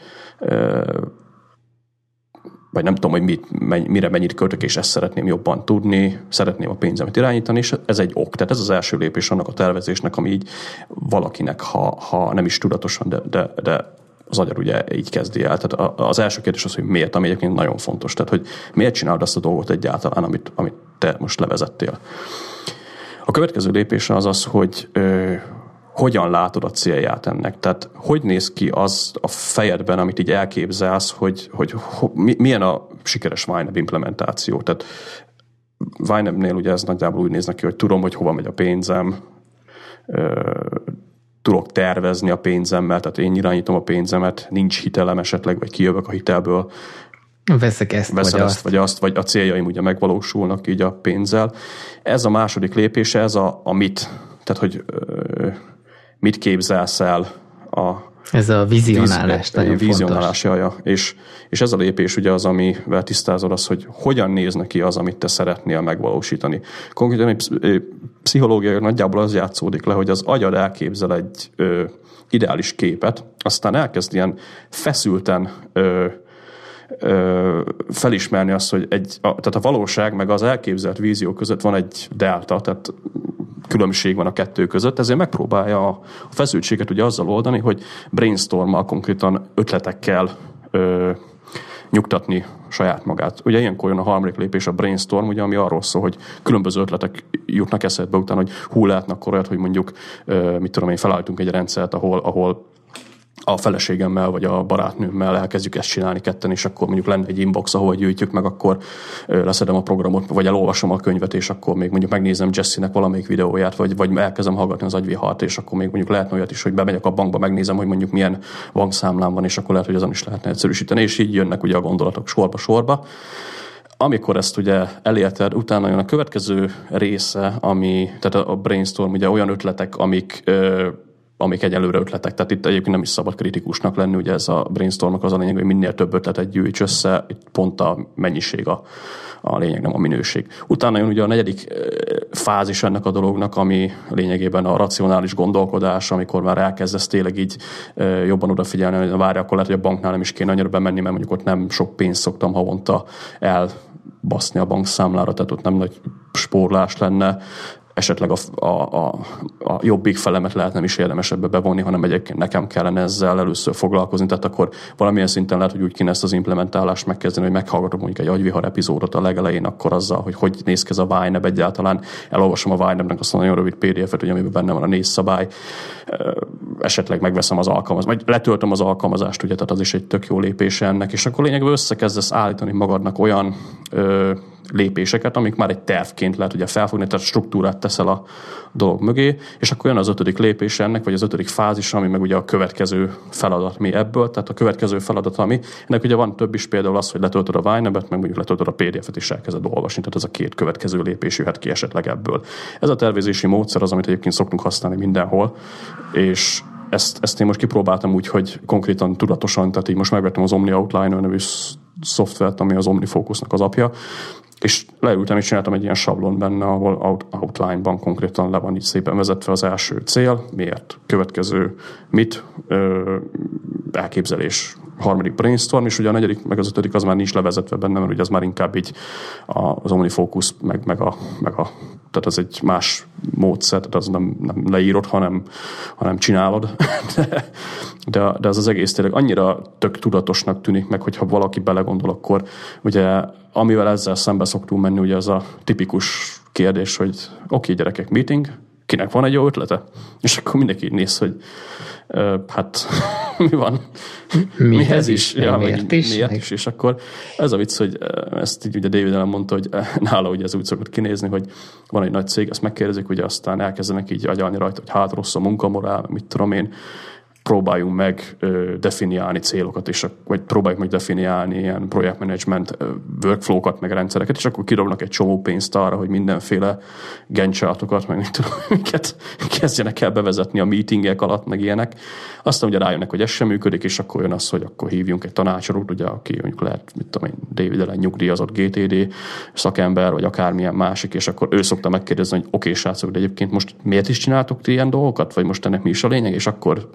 vagy nem tudom, hogy mit, mire mennyit költök, és ezt szeretném jobban tudni, szeretném a pénzemet irányítani, és ez egy ok. Tehát ez az első lépés annak a tervezésnek, ami így valakinek, ha, ha nem is tudatosan, de, de, de az agyar ugye így kezdi el. Tehát az első kérdés az, hogy miért, ami egyébként nagyon fontos. Tehát, hogy miért csinálod azt a dolgot egyáltalán, amit, amit te most levezettél. A következő lépés az az, hogy ö, hogyan látod a célját ennek. Tehát, hogy néz ki az a fejedben, amit így elképzelsz, hogy, hogy ho, milyen a sikeres Vine-eb implementáció. Tehát Vine-ebnél ugye ez nagyjából úgy néz neki, hogy tudom, hogy hova megy a pénzem, ö, tudok tervezni a pénzemmel, tehát én irányítom a pénzemet, nincs hitelem esetleg, vagy kijövök a hitelből, veszek ezt, veszem vagy ezt, azt. vagy azt, vagy a céljaim ugye megvalósulnak így a pénzzel. Ez a második lépése, ez a, a mit, tehát hogy ö, mit képzelsz el a ez a vizionálás, víz, nagyon vizionálás, fontos. Jaja. És, és ez a lépés ugye az, amivel tisztázod az, hogy hogyan néz neki az, amit te szeretnél megvalósítani. Konkrétan egy pszichológiai nagyjából az játszódik le, hogy az agyad elképzel egy ö, ideális képet, aztán elkezd ilyen feszülten ö, ö, felismerni azt, hogy egy, a, tehát a valóság meg az elképzelt vízió között van egy delta, tehát különbség van a kettő között, ezért megpróbálja a feszültséget ugye azzal oldani, hogy brainstormmal, konkrétan ötletekkel ö, nyugtatni saját magát. Ugye ilyenkor jön a harmadik lépés, a brainstorm, ugye, ami arról szól, hogy különböző ötletek jutnak eszedbe utána, hogy hú, lehetne akkor olyat, hogy mondjuk, mit tudom én, felállítunk egy rendszert, ahol, ahol a feleségemmel vagy a barátnőmmel elkezdjük ezt csinálni ketten, és akkor mondjuk lenne egy inbox, ahol gyűjtjük meg, akkor leszedem a programot, vagy elolvasom a könyvet, és akkor még mondjuk megnézem Jesse-nek valamelyik videóját, vagy, vagy elkezdem hallgatni az agyvihart, és akkor még mondjuk lehetne olyat is, hogy bemegyek a bankba, megnézem, hogy mondjuk milyen bankszámlám van, és akkor lehet, hogy azon is lehetne egyszerűsíteni, és így jönnek ugye a gondolatok sorba-sorba. Amikor ezt ugye elérted, utána jön a következő része, ami, tehát a brainstorm, ugye olyan ötletek, amik amik egyelőre ötletek. Tehát itt egyébként nem is szabad kritikusnak lenni, ugye ez a brainstormnak az a lényeg, hogy minél több ötletet gyűjts össze, itt pont a mennyiség a, a lényeg, nem a minőség. Utána jön ugye a negyedik fázis ennek a dolognak, ami lényegében a racionális gondolkodás, amikor már elkezdesz tényleg így jobban odafigyelni, hogy várj, akkor lehet, hogy a banknál nem is kéne annyira bemenni, mert mondjuk ott nem sok pénzt szoktam havonta elbaszni a bankszámlára, tehát ott nem nagy spórlás lenne, esetleg a, a, a, a jobbik felemet lehet nem is érdemes ebbe bevonni, hanem egyébként nekem kellene ezzel először foglalkozni, tehát akkor valamilyen szinten lehet, hogy úgy kéne ezt az implementálást megkezdeni, hogy meghallgatok mondjuk egy agyvihar epizódot a legelején, akkor azzal, hogy hogy néz ki ez a YNAB egyáltalán, elolvasom a YNAB-nek azt a nagyon rövid pé dé ef-et, hogy amiben benne van a négy szabály, esetleg megveszem az alkalmazást, vagy letöltöm az alkalmazást, ugye, tehát az is egy tök jó lépése ennek, és akkor lényegben összekezdesz állítani magadnak olyan ö, lépéseket, amik már egy tervként lehet ugye felfogni, tehát struktúrát teszel a dolog mögé, és akkor jön az ötödik lépés ennek, vagy az ötödik fázis, ami meg ugye a következő feladat mi ebből, tehát a következő feladat, ami, ennek ugye van több is, például az, hogy letöltöd a YNAB-et, meg mondjuk letöltöd a pé dé ef-et és elkezded olvasni, tehát ez a két következő lépés jöhet ki esetleg ebből. Ez a tervezési módszer az, amit egyébként szoktunk használni mindenhol, és ezt, ezt én most kipróbáltam úgy, hogy konkrétan tudatosan, tehát így most megvettem az Omni Outliner nevű szoftvert, ami az OmniFocusnak az apja, és leültem és csináltam egy ilyen sablon benne, ahol outline-ban konkrétan le van így szépen vezetve az első cél, miért, következő mit, ö, elképzelés, harmadik brainstorm, és ugye a negyedik, meg az ötödik az már nincs levezetve benne, mert ugye az már inkább így az OmniFocus, meg, meg, a, meg a, tehát az egy más módszer, tehát az nem, nem leírod, hanem, hanem csinálod, de, de, de az az egész tényleg annyira tök tudatosnak tűnik meg, hogyha valaki belegondol, akkor ugye amivel ezzel szembe szoktunk menni, ugye az a tipikus kérdés, hogy oké, okay, gyerekek, meeting, kinek van egy jó ötlete? És akkor mindenki néz, hogy uh, hát mi van? Mihez is? Ja, miért is? Miért is? És akkor ez a vicc, hogy ezt így ugye David Allen mondta, hogy nála ugye ez úgy szokott kinézni, hogy van egy nagy cég, ezt megkérdezik, ugye aztán elkezdenek így agyalni rajta, hogy hát rossz a munkamorál, mit tudom én, próbáljunk meg ö, definiálni célokat, és, vagy próbáljuk meg definiálni ilyen projektmenedzsment workflow-kat, meg rendszereket, és akkor kirobnak egy csomó pénzt arra, hogy mindenféle Gantt-chartokat, meg mit tudom, miket kezdjenek el bevezetni a meetingek alatt, meg ilyenek. Aztán ugye rájönnek, hogy ez sem működik, és akkor jön az, hogy akkor hívjunk egy tanácsadót, ugye, aki mondjuk lehet, mit tudom én, David Allen nyugdíjazott gé té dé szakember, vagy akármilyen másik, és akkor ő szokta megkérdezni, hogy oké, okay, srácok, de egyébként most miért is csináltok ti ilyen dolgokat, vagy most ennek mi is a lényeg, és akkor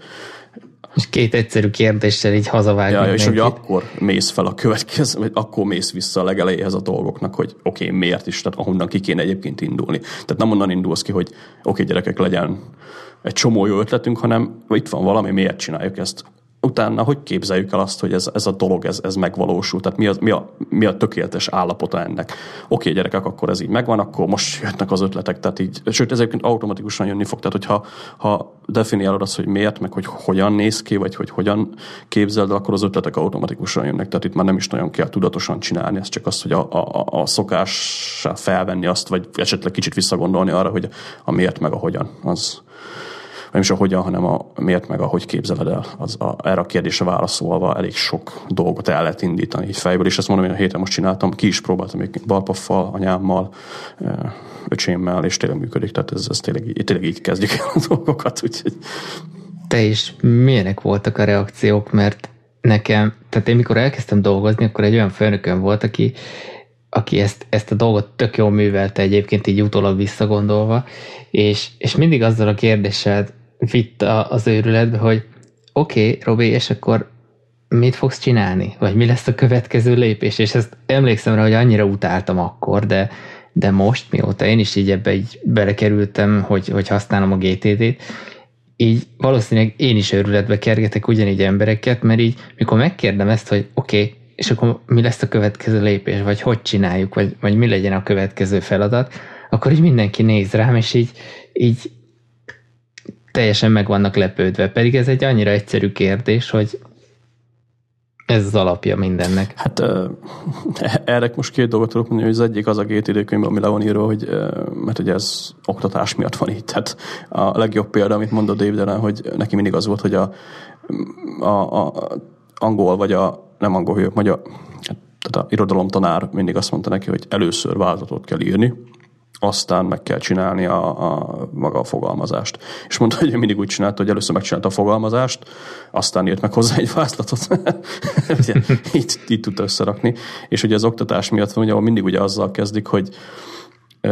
és két egyszerű kérdéssel így hazavág. Ja, és ugye akkor mész fel a következő, vagy akkor mész vissza a legelejéhez a dolgoknak, hogy oké, okay, miért is, tehát ahonnan ki kéne egyébként indulni. Tehát nem onnan indulsz ki, hogy oké, okay, gyerekek, legyen egy csomó jó ötletünk, hanem itt van valami, miért csináljuk ezt. Utána hogy képzeljük el azt, hogy ez, ez a dolog, ez, ez megvalósul? Tehát mi a, mi, a, mi a tökéletes állapota ennek? Oké, okay, gyerekek, akkor ez így megvan, akkor most jöttnek az ötletek, tehát így, sőt, ez egyébként automatikusan jönni fog. Tehát, hogyha ha definiálod azt, hogy miért, meg hogy hogyan néz ki, vagy hogy hogyan képzeld, akkor az ötletek automatikusan jönnek. Tehát itt már nem is nagyon kell tudatosan csinálni, ez csak az, hogy a, a, a szokássá felvenni azt, vagy esetleg kicsit visszagondolni arra, hogy a miért, meg a hogyan, az nem is a hogyan, hanem a miért meg a hogy képzeled el. Az a, erre a kérdésre válaszolva elég sok dolgot el lehet indítani így fejből, és ezt mondom, én a héten most csináltam, ki is próbáltam egyébként Balpaffal, anyámmal, öcsémmel, és tényleg működik, tehát ez, ez tényleg, tényleg így kezdjük el a dolgokat. Úgyhogy... Te is milyenek voltak a reakciók, mert nekem, tehát én mikor elkezdtem dolgozni, akkor egy olyan főnökön volt, aki aki ezt, ezt a dolgot tök jól művelte egyébként így utólag visszagondolva, és, és mindig azzal a kérdéssel vitt az őrületbe, hogy oké, okay, Robi, és akkor mit fogsz csinálni? Vagy mi lesz a következő lépés? És ezt emlékszem rá, hogy annyira utáltam akkor, de, de most, mióta én is így ebbe így belekerültem, hogy, hogy használom a gé té dét, így valószínűleg én is őrületbe kergetek ugyanígy embereket, mert így, mikor megkérdem ezt, hogy oké, okay, és akkor mi lesz a következő lépés, vagy hogy csináljuk, vagy, vagy mi legyen a következő feladat, akkor így mindenki néz rám, és így, így teljesen meg vannak lepődve. Pedig ez egy annyira egyszerű kérdés, hogy ez az alapja mindennek. Hát erre most két dolgot tudok mondani, hogy az egyik az a gét időkönyv, ami le van írva, hogy, mert ugye ez oktatás miatt van itt. Tehát a legjobb példa, amit mondott David Allen, hogy neki mindig az volt, hogy a, a, a angol, vagy a nem angol, magyar, tehát a irodalomtanár mindig azt mondta neki, hogy először vázlatot kell írni, aztán meg kell csinálni a, a maga a fogalmazást. És mondta, hogy mindig úgy csinálta, hogy először megcsinálta a fogalmazást, aztán írt meg hozzá egy vázlatot. így, így tudta összerakni. És ugye az oktatás miatt van, ugye, ahol mindig ugye azzal kezdik, hogy ö,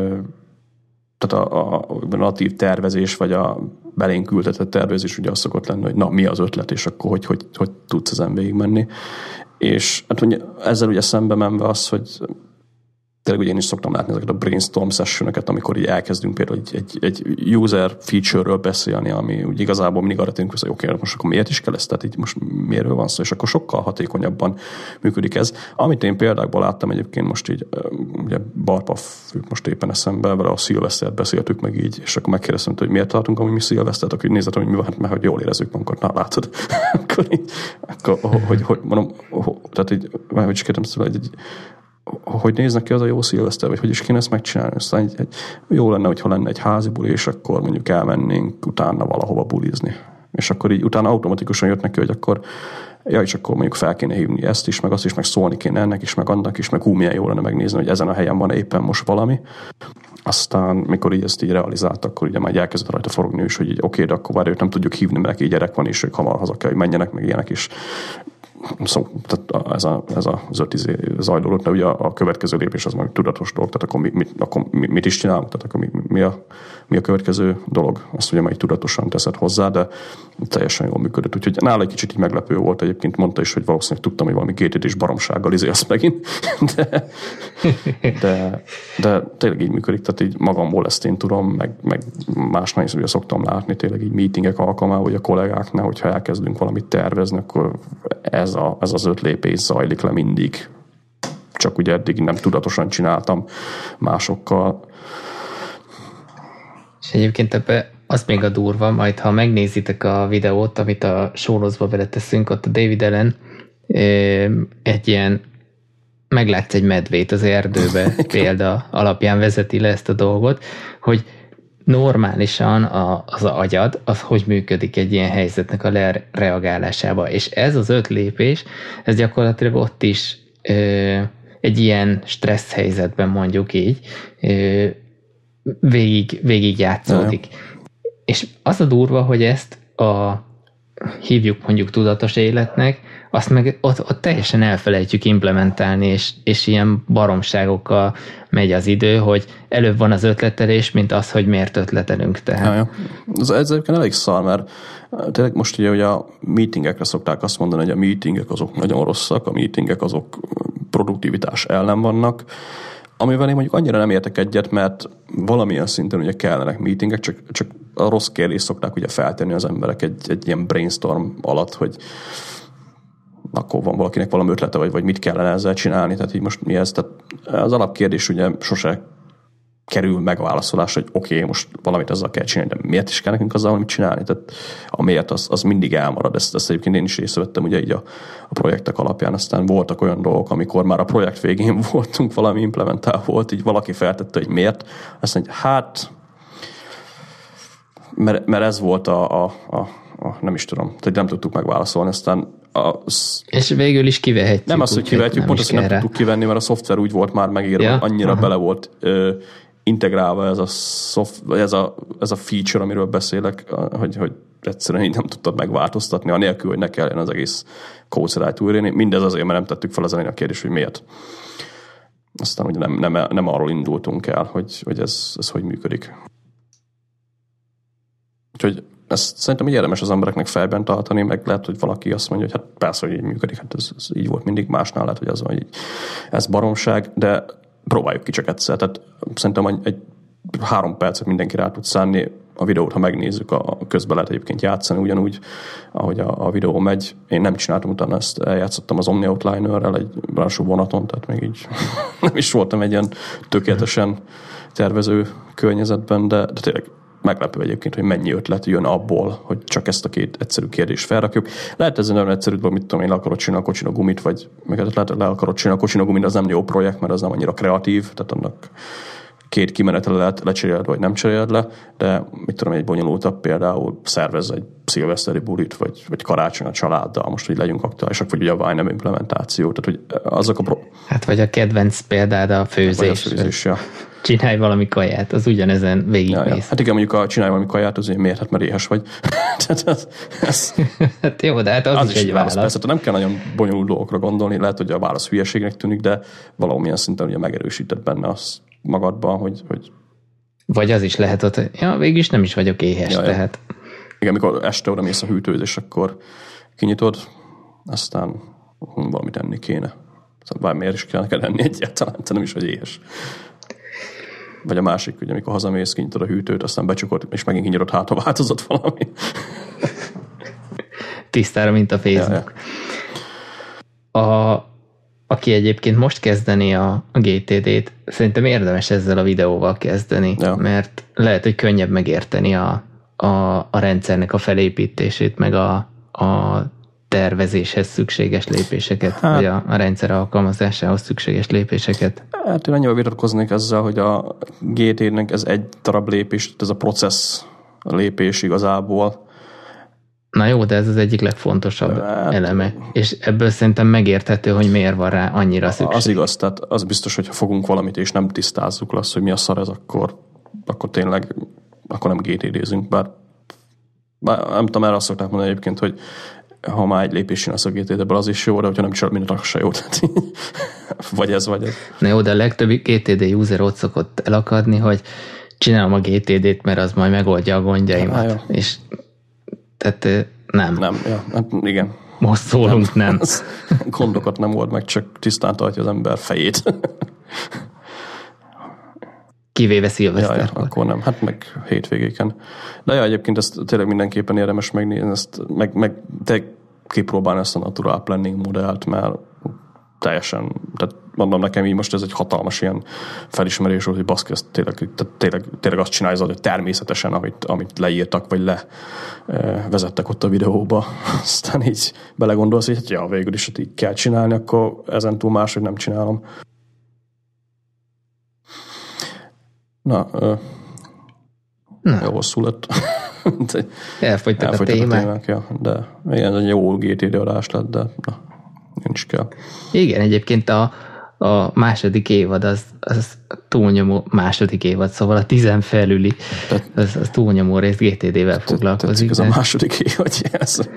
tehát a, a, a natív tervezés, vagy a belénk ültetett tervezés ugye az szokott lenni, hogy na, mi az ötlet, és akkor hogy, hogy, hogy tudsz ezen végig menni. És hát ugye, ezzel ugye szembe menve az, hogy tényleg ugye én is szoktam látni ezeket a brainstorm sessionöket, amikor így elkezdünk például egy, egy, egy user feature-ről beszélni, ami úgy igazából mindig arra tűnünk, hogy oké, okay, most akkor miért is kell ez, tehát így most miről van szó, és akkor sokkal hatékonyabban működik ez. Amit én példákból láttam egyébként most így, ugye Barpaf most éppen eszembe, vele a szilvesztert beszéltük meg így, és akkor megkérdeztem, hogy miért tartunk, ami mi szilvesztert, akkor így nézzetem, hogy mi van, mert hogy jól érezzük magunkat, na látod. akkor így, akkor, hogy, hogy mondom, tehát így, hogy is kérdem szóval, hogy hogy néznek ki az a jó szilveszter, vagy hogy is kéne ezt megcsinálni. Aztán egy, egy, jó lenne, hogyha lenne egy házi buli, és akkor mondjuk elmennénk utána valahova bulizni. És akkor így utána automatikusan jött neki, hogy akkor ja, és akkor mondjuk fel kéne hívni ezt is, meg azt is, meg szólni kéne ennek is, meg annak is, meg hú, milyen jó lenne megnézni, hogy ezen a helyen van éppen most valami. Aztán, mikor így ezt így realizált, akkor ugye már elkezdett rajta forogni is, hogy így oké, okay, de akkor várj, őt nem tudjuk hívni, mert neki gyerek van, és ők hamar haza kell, hogy menjenek, meg ilyenek is. Szóval tehát ez, a, ez a, az öt izé zajlódott, de ugye a, a következő lépés az majd tudatos dolog, tehát akkor, mi, mit, akkor mit is csinálunk, tehát akkor mi, mi, a, mi a következő dolog, azt ugye majd tudatosan teszed hozzá, de teljesen jól működött, úgyhogy nála egy kicsit így meglepő volt egyébként, mondta is, hogy valószínűleg tudtam, hogy valami gated és baromsággal izélsz megint, de, de, de tényleg így működik, tehát így magamból ezt én tudom, meg, meg másnál is ugye szoktam látni, tényleg így meetingek alkalmával, hogy a kollégáknál, hogyha elkezdünk valamit tervezni, akkor ez, a, ez az öt lépés zajlik le mindig. Csak ugye eddig nem tudatosan csináltam másokkal. És egyébként ebbe az még a durva, majd ha megnézitek a videót, amit a shownotes-ba beleteszünk, ott a David Allen egy ilyen meglátsz egy medvét az erdőbe példa alapján vezeti le ezt a dolgot, hogy normálisan a, az agyad, az hogy működik egy ilyen helyzetnek a reagálásába. És ez az öt lépés, ez gyakorlatilag ott is ö, egy ilyen stressz helyzetben mondjuk így ö, végig, végig játszódik. Ja. És az a durva, hogy ezt a hívjuk mondjuk tudatos életnek, azt meg ott, ott teljesen elfelejtjük implementálni, és, és ilyen baromságokkal megy az idő, hogy előbb van az ötletelés, mint az, hogy miért ötletelünk. Tehát. Ja, ja. Ez, ez egyébként elég szar, mert tényleg most ugye, ugye a meetingekre szokták azt mondani, hogy a meetingek azok nagyon rosszak, a meetingek azok produktivitás ellen vannak, amivel én mondjuk annyira nem értek egyet, mert valamilyen szinten ugye kellenek meetingek, csak, csak a rossz kérdést szokták ugye feltenni az emberek egy, egy ilyen brainstorm alatt, hogy akkor van valakinek valami ötlete, vagy, vagy mit kellene ezzel csinálni, tehát így most mi ez? Tehát az alapkérdés ugye sose kerül megválaszolás, hogy oké, okay, most valamit ezzel kell csinálni, de miért is kell nekünk azzal valamit csinálni? Tehát a miért, az, az mindig elmarad. Ezt, ezt egyébként én is észrevettem ugye így a, a projektek alapján. Aztán voltak olyan dolgok, amikor már a projekt végén voltunk, valami implementál volt, így valaki feltette, hogy miért. Azt mondja, hát mert, mert ez volt a, a, a, a nem is tudom, tehát nem tudtuk megválaszolni, aztán Az, és végül is kivehetjük. Nem azt, hogy kivehetjük, pont azt, hogy nem tudtuk kivenni, mert a szoftver úgy volt már megírva, ja? annyira aha. bele volt ö, integrálva ez a, szoft, ez, a, ez a feature, amiről beszélek, hogy, hogy egyszerűen így nem tudtad megváltoztatni, anélkül, hogy ne kelljen az egész kódszerájt újraírni. Mindez azért, mert nem tettük fel az elején a kérdést, hogy miért. Aztán ugye nem, nem, nem arról indultunk el, hogy, hogy ez, ez hogy működik. Úgyhogy ezt szerintem így érdemes az embereknek fejben tartani, meg lehet, hogy valaki azt mondja, hogy hát persze, hogy így működik, hát ez, ez így volt mindig, másnál lehet, hogy az van, hogy így, ez baromság, de próbáljuk ki csak egyszer. Tehát szerintem egy három percet mindenki rá tud szánni a videót, ha megnézzük, a, közben lehet egyébként játszani ugyanúgy, ahogy a, a videó megy. Én nem csináltam utána ezt, eljátszottam az Omni Outliner-rel egy lassú vonaton, tehát még így nem is voltam egy ilyen tökéletesen tervező környezetben, de, de tényleg meglepő egyébként, hogy mennyi ötlet jön abból, hogy csak ezt a két egyszerű kérdést felrakjuk. Lehet ez egy nagyon egyszerű dolog, mit tudom én, le akarod csinálni a kocsin a gumit, vagy meg lehet le akarod csinálni a kocsin a gumit, az nem jó projekt, mert az nem annyira kreatív, tehát annak két kimenetre lehet lecseréled, vagy nem cseréled le, de mit tudom, egy bonyolultabb például szervez egy szilveszteri bulit, vagy, vagy karácsony a családdal, most, hogy legyünk aktuálisak, vagy ugye a Vine implementáció, tehát hogy azok a... Pro... Hát vagy a kedvenc példád a főzés. A főzés, ja. Csinálj valami kaját, az ugyanezen végigmész. Ja, ja. Hát igen, mondjuk a csinálj valami kaját, azért miért? Hát mert éhes vagy. ez, ez, hát jó, de hát az, az is, is egy válasz. Persze, nem kell nagyon bonyolult dolgokra gondolni, lehet, hogy a válasz hülyeségnek tűnik, de valamilyen szinten ugye megerősített benne az magadban, hogy, hogy... Vagy az is lehet, hogy ja, végülis nem is vagyok éhes, ja, tehát... Ja. Igen, amikor este oda mész a hűtőzés, akkor kinyitod, aztán hm, valamit enni kéne. Szóval miért is kell neked enni egyáltalán, te nem is vagy éhes. Vagy a másik, ugye, amikor hazamész, kinyitod a hűtőt, aztán becsukod, és megint kinyitod, hát ha változott valami. Tisztára, mint a Facebook. Ja, ja. A, aki egyébként most kezdeni a, a gé té dét, szerintem érdemes ezzel a videóval kezdeni, ja. mert lehet, hogy könnyebb megérteni a, a, a rendszernek a felépítését, meg a, a tervezéshez szükséges lépéseket, hát, vagy a, a rendszer alkalmazásához szükséges lépéseket. Hát én annyival vitatkoznék ezzel, hogy a gé té dé-nek ez egy darab lépés, ez a processz lépés igazából. Na jó, de ez az egyik legfontosabb hát, eleme, és ebből szerintem megérthető, hogy miért van rá annyira szükség. Az igaz, tehát az biztos, hogy ha fogunk valamit, és nem tisztázzuk azt, hogy mi a szar ez, akkor, akkor tényleg akkor nem gé té dé-zünk, bár, bár nem tudom, erre azt szokták mondani egyébként, hogy ha már egy lépés csinálsz a gé té dé-ből, az is jó, de hogyha nem csinálod mindent, akkor se jó. Tehát vagy ez, vagy ez. Na jó, de a legtöbb gé té dé user ott szokott elakadni, hogy csinálom a gé té dét, mert az majd megoldja a gondjaimat. Ja, és tehát nem. Nem, ja, hát igen. Most szólunk, nem. nem. Gondokat nem old meg, csak tisztán tartja az ember fejét. Kivéve szilveszterkor. Ja, ja, akkor nem, hát meg hétvégéken. De ja, egyébként ezt tényleg mindenképpen érdemes megnézni, ezt, meg, meg te kipróbálni ezt a natural planning modellt, mert teljesen, tehát mondom nekem így most ez egy hatalmas ilyen felismerés volt, hogy baszki, ezt tényleg, tehát tényleg, tényleg azt csinálja, hogy természetesen, amit, amit leírtak, vagy le e, vezettek ott a videóba. Aztán így belegondolsz, hogy hát ja, végül is, hogy így kell csinálni, akkor ezentúl máshogy nem csinálom. Na, ö, Na. jó hosszú lett. Elfogytak a témák. témák ja, de igen, egy jó gé té dé adás lett, de na, nincs kell. Igen, egyébként a, a második évad az, az túlnyomó, második évad, szóval a tizen felüli, az, az túlnyomó rész gé té dé-vel foglalkozik. Tetszik ez a második évad, ez.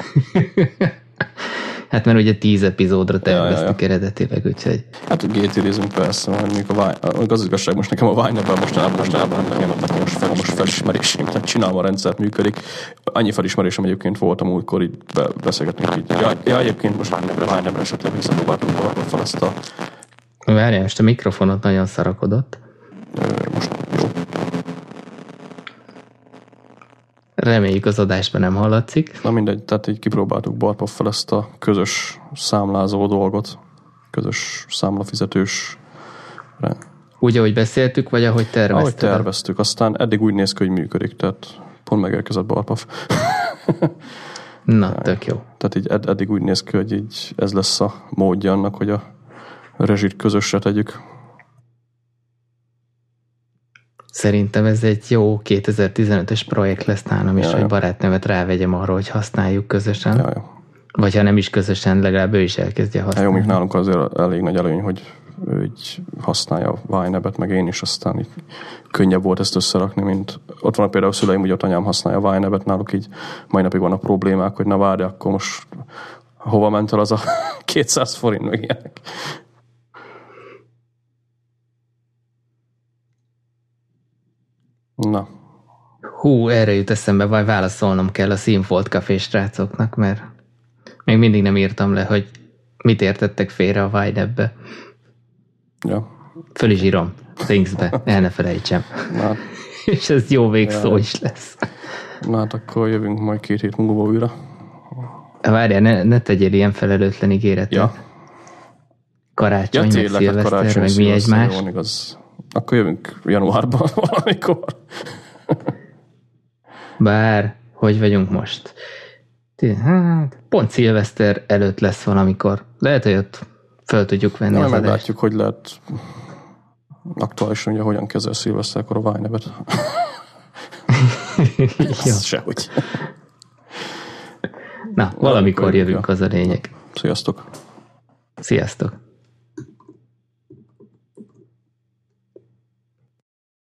Hát mert ugye tíz epizódra terveztük ja, ja, ja. eredetileg, úgyhogy... Hát gé té dé-zünk persze, mondjuk a Vine, az igazság most nekem a Vine-ben mostanában, mostanában nekem most, fel, most felismerésünk, tehát csinálva a rendszert működik. Annyi felismerésem egyébként volt a múltkor, így be, beszélgetnénk így. Ja, ja, egyébként most a Vine-ben esetleg visszapróbáltunk valakor fel ezt a... Várjál, most a mikrofonot nagyon szarakodott. Most jó. Reméljük az adásban nem hallatszik. Na mindegy, tehát így kipróbáltuk Barpaffal ezt a közös számlázó dolgot, közös számlafizetős. Úgy, ahogy beszéltük, vagy ahogy terveztük? Ahogy terveztük, aztán eddig úgy néz ki, hogy működik, tehát pont megérkezett Barpaff. Na, tök jó. Tehát így ed- eddig úgy néz ki, hogy így ez lesz a módja annak, hogy a rezsit közösre tegyük. Szerintem ez egy jó kétezer-tizenötös projekt lesz nálam is, ja, hogy barátnevet rávegyem arra, hogy használjuk közösen. Ja, ja. Vagy ha nem is közösen, legalább ő is elkezdje használni. Ja, jó, még nálunk azért elég nagy előny, hogy ő így használja a Vine-et, meg én is, aztán így könnyebb volt ezt összerakni, mint ott van például a szüleim, hogy ott anyám használja a Vine-et, náluk így mai napig vannak problémák, hogy na várj, akkor most hova ment el az a kétszáz forint, meg ilyenek. Na. Hú, erre jut eszembe, vagy válaszolnom kell a Színfolt Café srácoknak, mert még mindig nem írtam le, hogy mit értettek félre a Vine-be. Ja. Föl is írom, Thingsbe, el ne felejtsem. Na, És ez jó végszó is lesz. Na hát akkor jövünk majd két hét múlva újra. Várjál, ne, ne tegyél ilyen felelőtlen ígéretet. Ja. Karácsony, ja, meg szilveszter, meg mi egymás. Jó, igaz. Akkor jövünk januárban valamikor. Bár, hogy vagyunk most? Hát, pont szilveszter előtt lesz valamikor. Lehet, hogy ott fel tudjuk venni ja, az adást. Meglátjuk, hogy lehet aktuálisan, ugye, hogyan kezel szilveszterkor a vájnevet. Ja. Sehogy. Na, valamikor jövünk, az a lényeg. Sziasztok! Sziasztok!